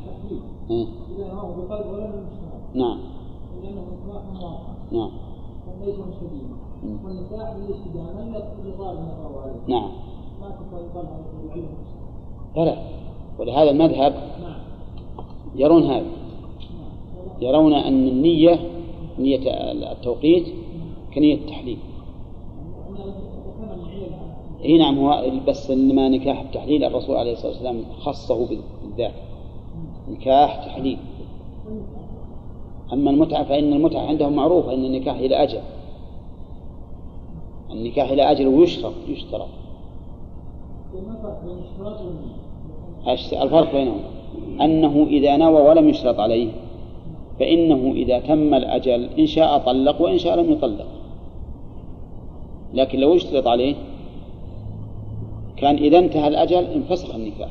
نعم نعم نعم بلى. ولهذا المذهب يرون هذا، يرون أن النية نية التوقيت كنية التحليل. اي نعم. هو بس انما نكاح التحليل الرسول عليه الصلاة والسلام خصه بالذات، نكاح تحليل. أما المتعة فإن المتعة عندهم معروفة أن النكاح إلى أجل، النكاح إلى أجل ويشترط. الفرق بينهم أنه إذا نوى ولم يشترط عليه فإنه إذا تم الأجل إن شاء طلق وإن شاء لم يطلق. لكن لو اشترط عليه كان إذا انتهى الأجل انفسخ النكاح.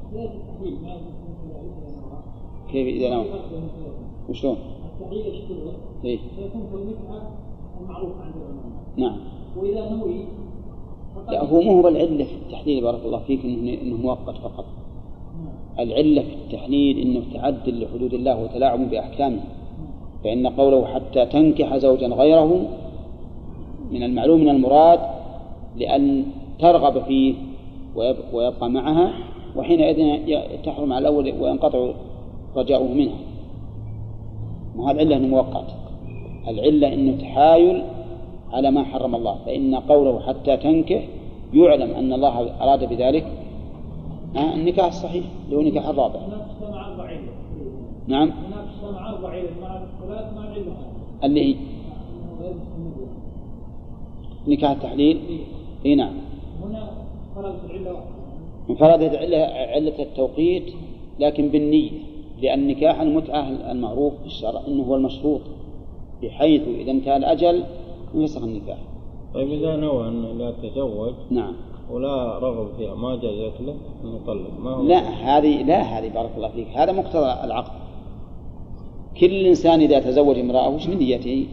كيف إذا نوى؟ وشلون؟ إيه؟ نعم. وإذا نوي لا هو مو هو العلة في التحليل بارك الله فيك إنه مؤقت فقط. العلة في التحليل إنه تعدل لحدود الله وتلاعب بأحكامه. فإن قوله حتى تنكح زوجا غيره من المعلوم من المراد لأن ترغب فيه ويبقى معها، وحينئذ تحرم على الأول وينقطع رجاؤه منها. ما هو العلة إنه مؤقت، العلة إنه تحايل على ما حرم الله. فإن قوله حتى تنكح يعلم أن الله أراد بذلك النكاح الصحيح اللي هو نكاح الرابع. نعم. اللي هي نكاح التحليل. اي نعم. انفردت علة التوقيت لكن بالنية، لأن نكاح المتعة المعروف في الشرع إنه هو المشروط، بحيث إذا انتهى الأجل يفسخ النكاح. طيب إذا نوى أن لا تزوج نعم ولا رغب فيها ما جازت له أن يطلق؟ ما هو لا هذه بارك الله فيك هذا مقتضى العقد. كل إنسان إذا تزوج امرأة وش من نيته؟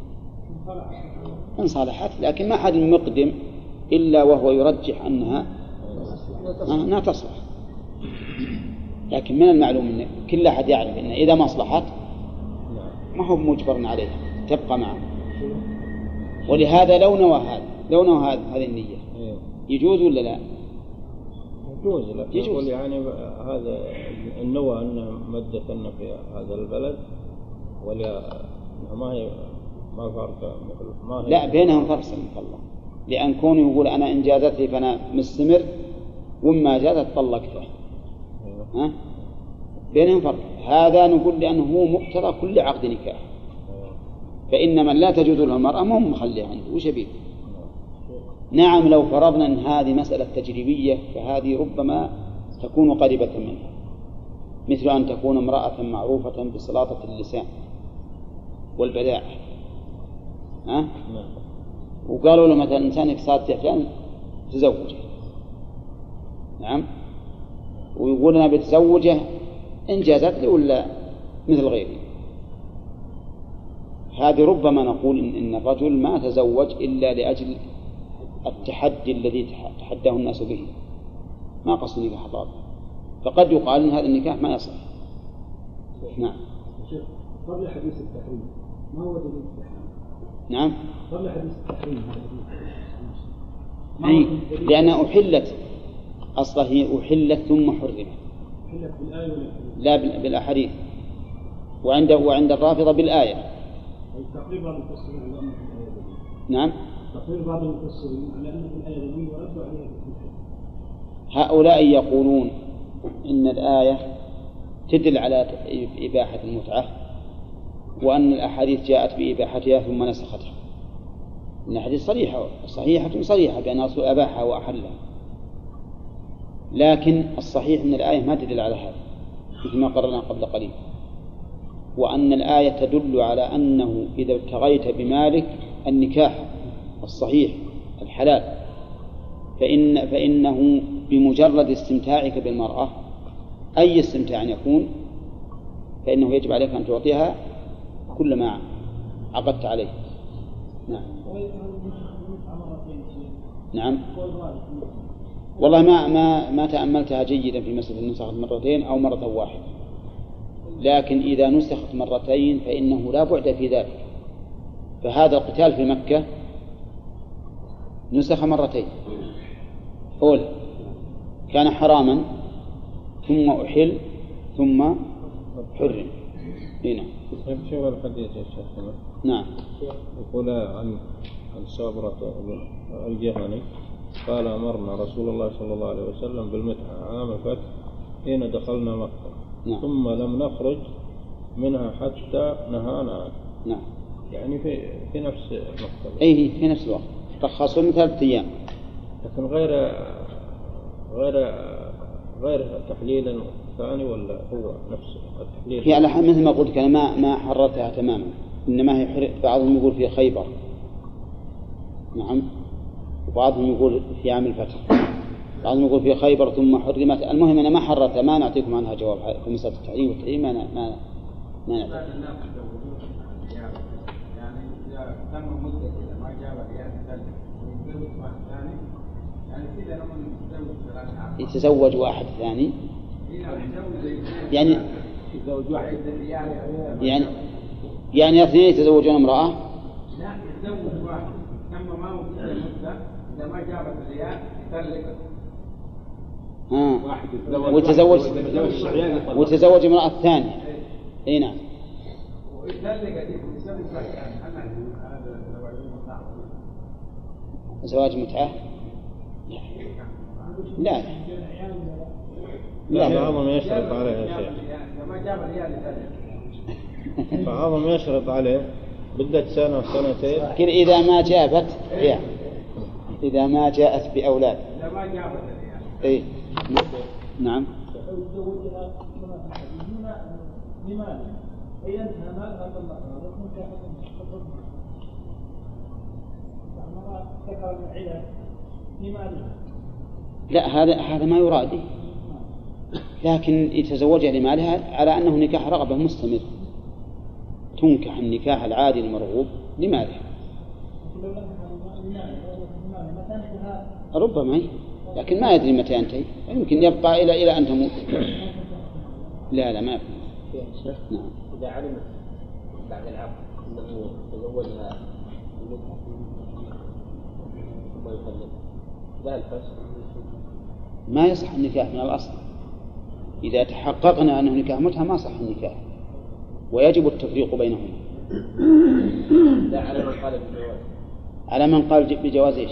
إن صالحت، لكن ما حد مقدم إلا وهو يرجح أنها تصلح. لكن من المعلوم أن كل أحد يعرف أن إذا ما أصلحت ما هو مجبر عليها تبقى معه. ولهذا لو نوى هذه النية يجوز ولا لا؟ يجوز. لكن يقول يعني هذا النوى أن مدة في هذا البلد ولا ما فرق ما هي لا بينهم فرق سمك الله، لأن كونه يقول أنا إن جازت لي فأنا مستمر وما جازت طلقته. بينهم فرق. هذا نقول لأنه هو مقتضى كل عقد نكاح. فإن من لا تجوز له المرأة ما هم مخليها عنده وش بيه. نعم لو فرضنا أن هذه مسألة تجريبية فهذه ربما تكون قريبة منها، مثل أن تكون امرأة معروفة بسلاطة اللسان والبداعة وقالوا له مثلا إنسانك صادت فلان تزوجه. نعم. ويقول أنا بتزوجه إن جازت لي ولا مثل غيري. هذه ربما نقول إن الرجل ما تزوج إلا لأجل التحدي الذي تحداه الناس به، ما قصد نكاح الرابع، فقد يقال إن هذا النكاح ما يصح. نعم. قبل حديث التحريم ما هو دليل التحريم؟ نعم. قبل حديث التحريم لأنها أحلت، أصلا هي أحلت ثم حرمت. أحلت بالآية ولا لا بالأحاديث. وعند الرافضة بالآية. تقرير بعض المفسرين على أن الآية دليل. نعم. تقرير بعض المفسرين على أن الآية دليل وردوا عليها بالحجة. هؤلاء يقولون إن الآية تدل على إباحة المتعة، وأن الأحاديث جاءت بإباحتها ثم نسختها. إن الحديث صريحة بأن الرسول أباحها وأحلها، لكن الصحيح أن الآية ما تدل على هذا مثل ما قررنا قبل قليل، وأن الآية تدل على أنه إذا ابتغيت بمالك النكاح الصحيح الحلال فإنه بمجرد استمتاعك بالمرأة أي استمتاع يكون فإنه يجب عليك أن تعطيها كل ما عقدت عليه. نعم. نعم. والله ما تأملتها جيدا في مسألة نسخت مرتين أو مرة واحدة، لكن إذا نسخت مرتين فإنه لا بعد في ذلك. فهذا القتال في مكة نسخ مرتين، أولى كان حراما ثم أحل ثم حرم. هنا شوف الحديث يا شيخ. نعم. يقول عن صابرة الجهني قال أمرنا رسول الله صلى الله عليه وسلم بالمتعة عام الفتح حين دخلنا مكة. نعم. ثم لم نخرج منها حتى نهانا عنه. نعم. يعني في نفس المكة. أي في نفس الوقت رخصوا من 3 أيام، لكن غير تحليلا ثاني ولا هو نفس التحليل؟ هي على مثل ما قلت أنا ما حررتها تماما، إنما هي بعضهم يقول في خيبر. نعم. وبعضهم يقول في عام الفتح، بعضهم يقول في خيبر ثم حرمت. المهم أنا ما حررتها، ما نعطيكم عنها جواب في مسألة التحريم والتحريم ما نعطي. يعني إذا تم مدة إذا ما جاب ريال يتزوج واحد ثاني، يعني كذا لما يتزوج واحد ثاني يعني يتزوج واحد يعني 2 يتزوجون امرأة. لا يتزوج واحد ثم ما وجد مدة إذا ما جابت الريال يطلق. وتزوج امرأة ثانية. اي نعم. زواج متعة؟ لا بعضهم يشرط عليه يا شيخ. بعضهم يشرط عليه بدت سنة وسنتين. لكن إذا ما جابت يعني إذا ما جاءت بأولاد. إذا ما جابت إيه. نعم. لا هذا ما يراد، لكن يتزوجها لمالها على أنه نكاح رغبة مستمر، تنكح النكاح العادي المرغوب لمالها ربما، لكن ما يدري متى ينتهي، يمكن يبقى إلى أن تموت. لا ما يفهم. نعم. إذا علمت بعد العقد أنه تزوجها ثم يطلق لا الفسخ ما يصح النكاح من الأصل. إذا تحققنا أنه نكاح متعة ما صح النكاح، ويجب التفريق بينهما. لا على من قال بجواز. على من قال بجواز إيش؟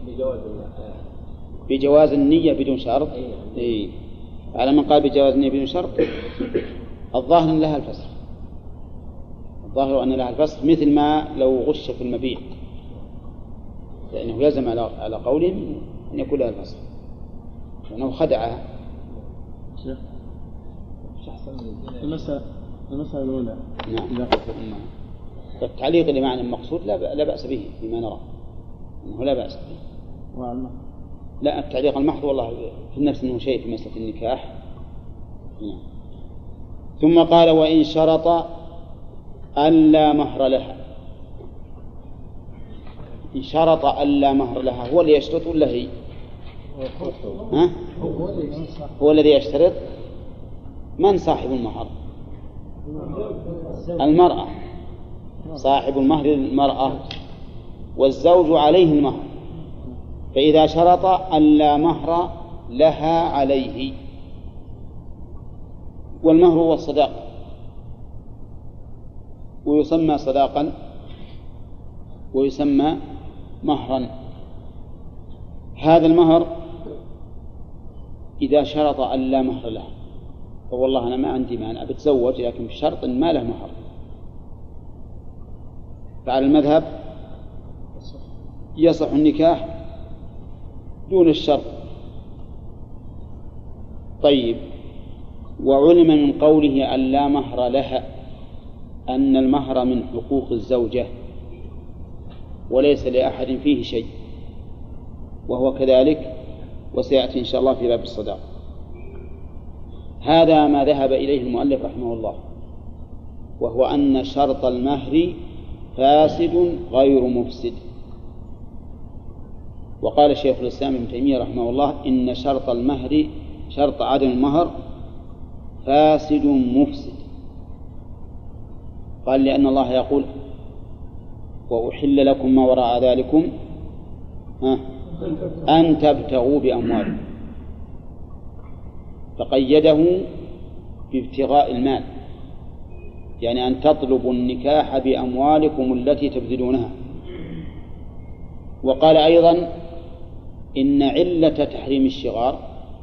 بجواز النية بدون شرط. إيه. على من قال بجواز النية بدون شرط الظاهر أن لها الفسخ. الظاهر أن لها الفسخ مثل ما لو غش في المبيع، لأنه يلزم على قوله أن يكون لها الفسخ لأنه خدعها. المسألة الأولى. نعم. التعليق لمعنى مقصود لا بأس به فيما نرى أنه لا بأس به. لا التعليق المحض والله في النفس أنه شيء في مسألة النكاح. نعم. ثم قال وإن شرط ألا مهر لها. إن شرط ألا مهر لها هو اللي يشترط ولا هي؟ هو الذي يشترط. من صاحب المهر؟ المرأة. صاحب المهر المرأة، والزوج عليه المهر، فإذا شرط ألا مهر لها عليه، والمهر هو الصداق ويسمى صداقا ويسمى مهرا. هذا المهر إذا شرط أن لا مهر له، فوالله أنا ما عندي مانع بتزوج، لكن بشرط ما له مهر، فعلى المذهب يصح النكاح دون الشرط. طيب، وعلم من قوله أن لا مهر لها أن المهر من حقوق الزوجة وليس لأحد فيه شيء، وهو كذلك وسيأتي إن شاء الله في باب الصداق. هذا ما ذهب إليه المؤلف رحمه الله، وهو أن شرط المهر فاسد غير مفسد. وقال شيخ الإسلام ابن تيمية رحمه الله إن شرط المهر شرط عدم المهر فاسد مفسد. قال لأن الله يقول وأحل لكم ما وراء ذلكم أن تبتغوا بأموالكم، فقيده بابتغاء المال، يعني أن تطلبوا النكاح بأموالكم التي تبذلونها. وقال أيضا إن علة تحريم الشغار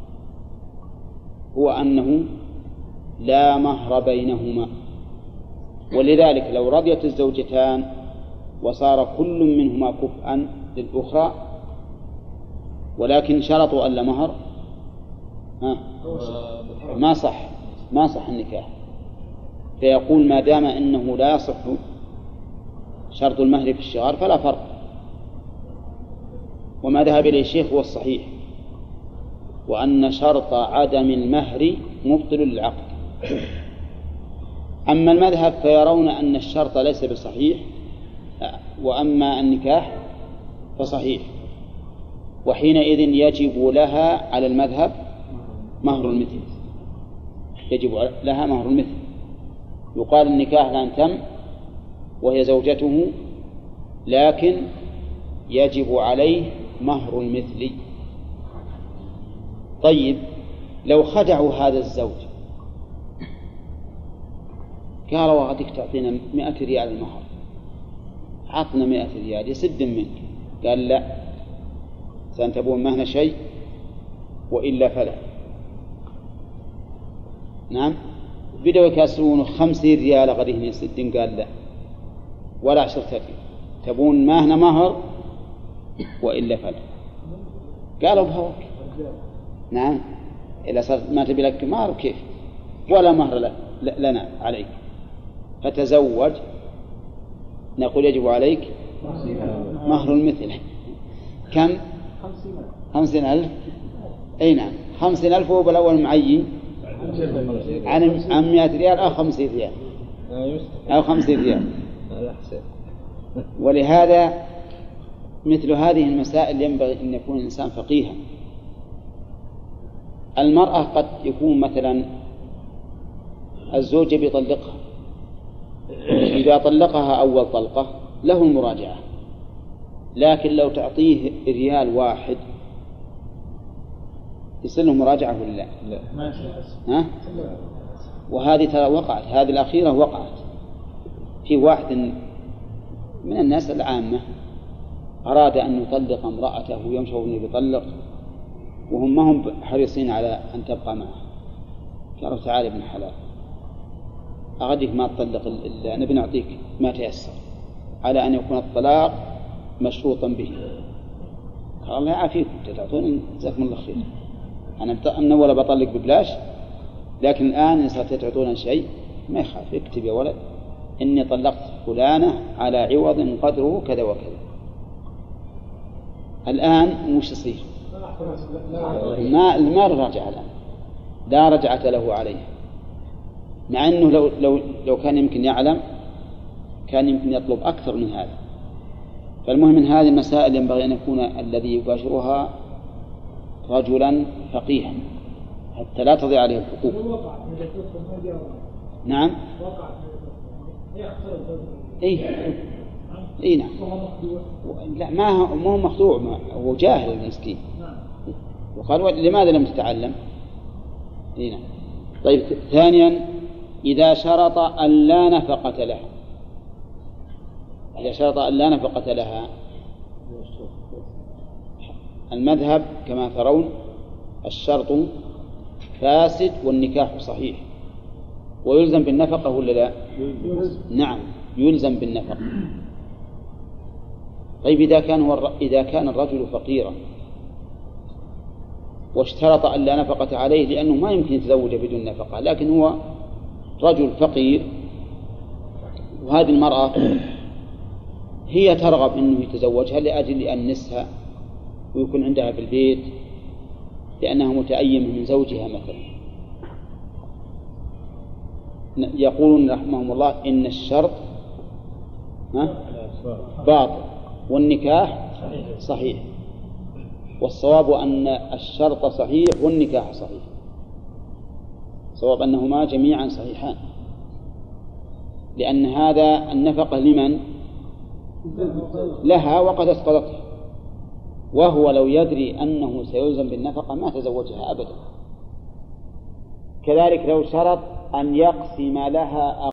هو أنه لا مهر بينهما، ولذلك لو رضيت الزوجتان وصار كل منهما كفءا للأخرى ولكن شرطوا ألا مهر ما صح النكاح. فيقول ما دام أنه لا يصح شرط المهر في الشغار فلا فرق. وما ذهب إليه الشيخ هو الصحيح، وأن شرط عدم المهر مبطل للعقد. أما المذهب فيرون أن الشرط ليس بصحيح، وأما النكاح فصحيح، وحينئذ يجب لها على المذهب مهر المثل، يجب لها مهر المثل. يقال النكاح لن تم وهي زوجته، لكن يجب عليه مهر المثل. طيب، لو خدعوا هذا الزوج قالوا وغدك تعطينا 100 ريال المهر، عطنا 100 ريال يسد منك، قال لا سأنتبون مهنا شيء وإلا فلا. نعم، بدأوا يكسرون 50 ريال غديهم يسدين، قال لا ولا 10 ريال، تبون مهنا مهر وإلا فلا. قالوا بهوك. نعم، إذا صارت ما تبي لك مهر كيف ولا مهر لنا عليك، فتزوج. نقول يجب عليك مهر المثل. كم؟ 50,000. أي نعم، 50,000 هو بالأول معين عن 100 ريال أو 50 ريال أو 50 ريال. ولهذا مثل هذه المسائل ينبغي أن يكون الإنسان فقيها. المرأة قد يكون مثلا الزوج بيطلقها، إذا طلقها أول طلقة له المراجعة، لكن لو تعطيه ريال واحد يصير له مراجعة ولا لا؟ ها؟ وهذه ترى وقعت، هذه الأخيرة وقعت في واحد من الناس العامة أراد أن يطلق امرأته ويمشوا أنه يطلق، وهم ما هم حريصين على أن تبقى معه. قالوا تعال ابن حلال، أغدك ما تطلق إلا نبي نعطيك ما تيسر، على أن يكون الطلاق مشروطا به. قال الله يعافيكم، تعطون جزاكم الله خير، أنا ولا بطلق ببلاش، لكن الآن إن صرت تعطونا شيء ما يخاف، اكتب يا ولد إني طلقت فلانة على عوض قدره كذا وكذا. الآن وش يصير؟ ما رجع الآن، لا رجعة له عليه، مع أنه لو كان يمكن يعلم كان يمكن يطلب أكثر من هذا. فالمهم من هذه المسائل ينبغي أن يكون الذي يباشرها رجلا فقيها حتى لا تضيع عليه الحقوق. نعم، إيه نعم، لا ما هو مخدوع، هو جاهل المسكين. وقال لماذا لم تتعلم؟ إيه نعم. طيب، ثانيا إذا شرط أن لا نفقة له، إذا شرط أن لا نفقة لها. المذهب كما ترون الشرط فاسد والنكاح صحيح، ويلزم بالنفقة ولا لا؟ نعم يلزم بالنفقة. طيب إذا كان الرجل فقيرا واشترط أن لا نفقة عليه لأنه ما يمكن يتزوج بدون نفقة، لكن هو رجل فقير وهذه المرأة هي ترغب أنه يتزوجها لأجل يأنسها ويكون عندها في البيت لأنها متأيمة من زوجها مثلا، يقولون رحمهم الله إن الشرط باطل والنكاح صحيح، والصواب أن الشرط صحيح والنكاح صحيح، صواب أنهما جميعا صحيحان، لأن هذا النفقة لمن؟ لها وقد اسقطتها، وهو لو يدري أنه سيلزم بالنفقة ما تزوجها أبدا. كذلك لو شرط أن يقسم لها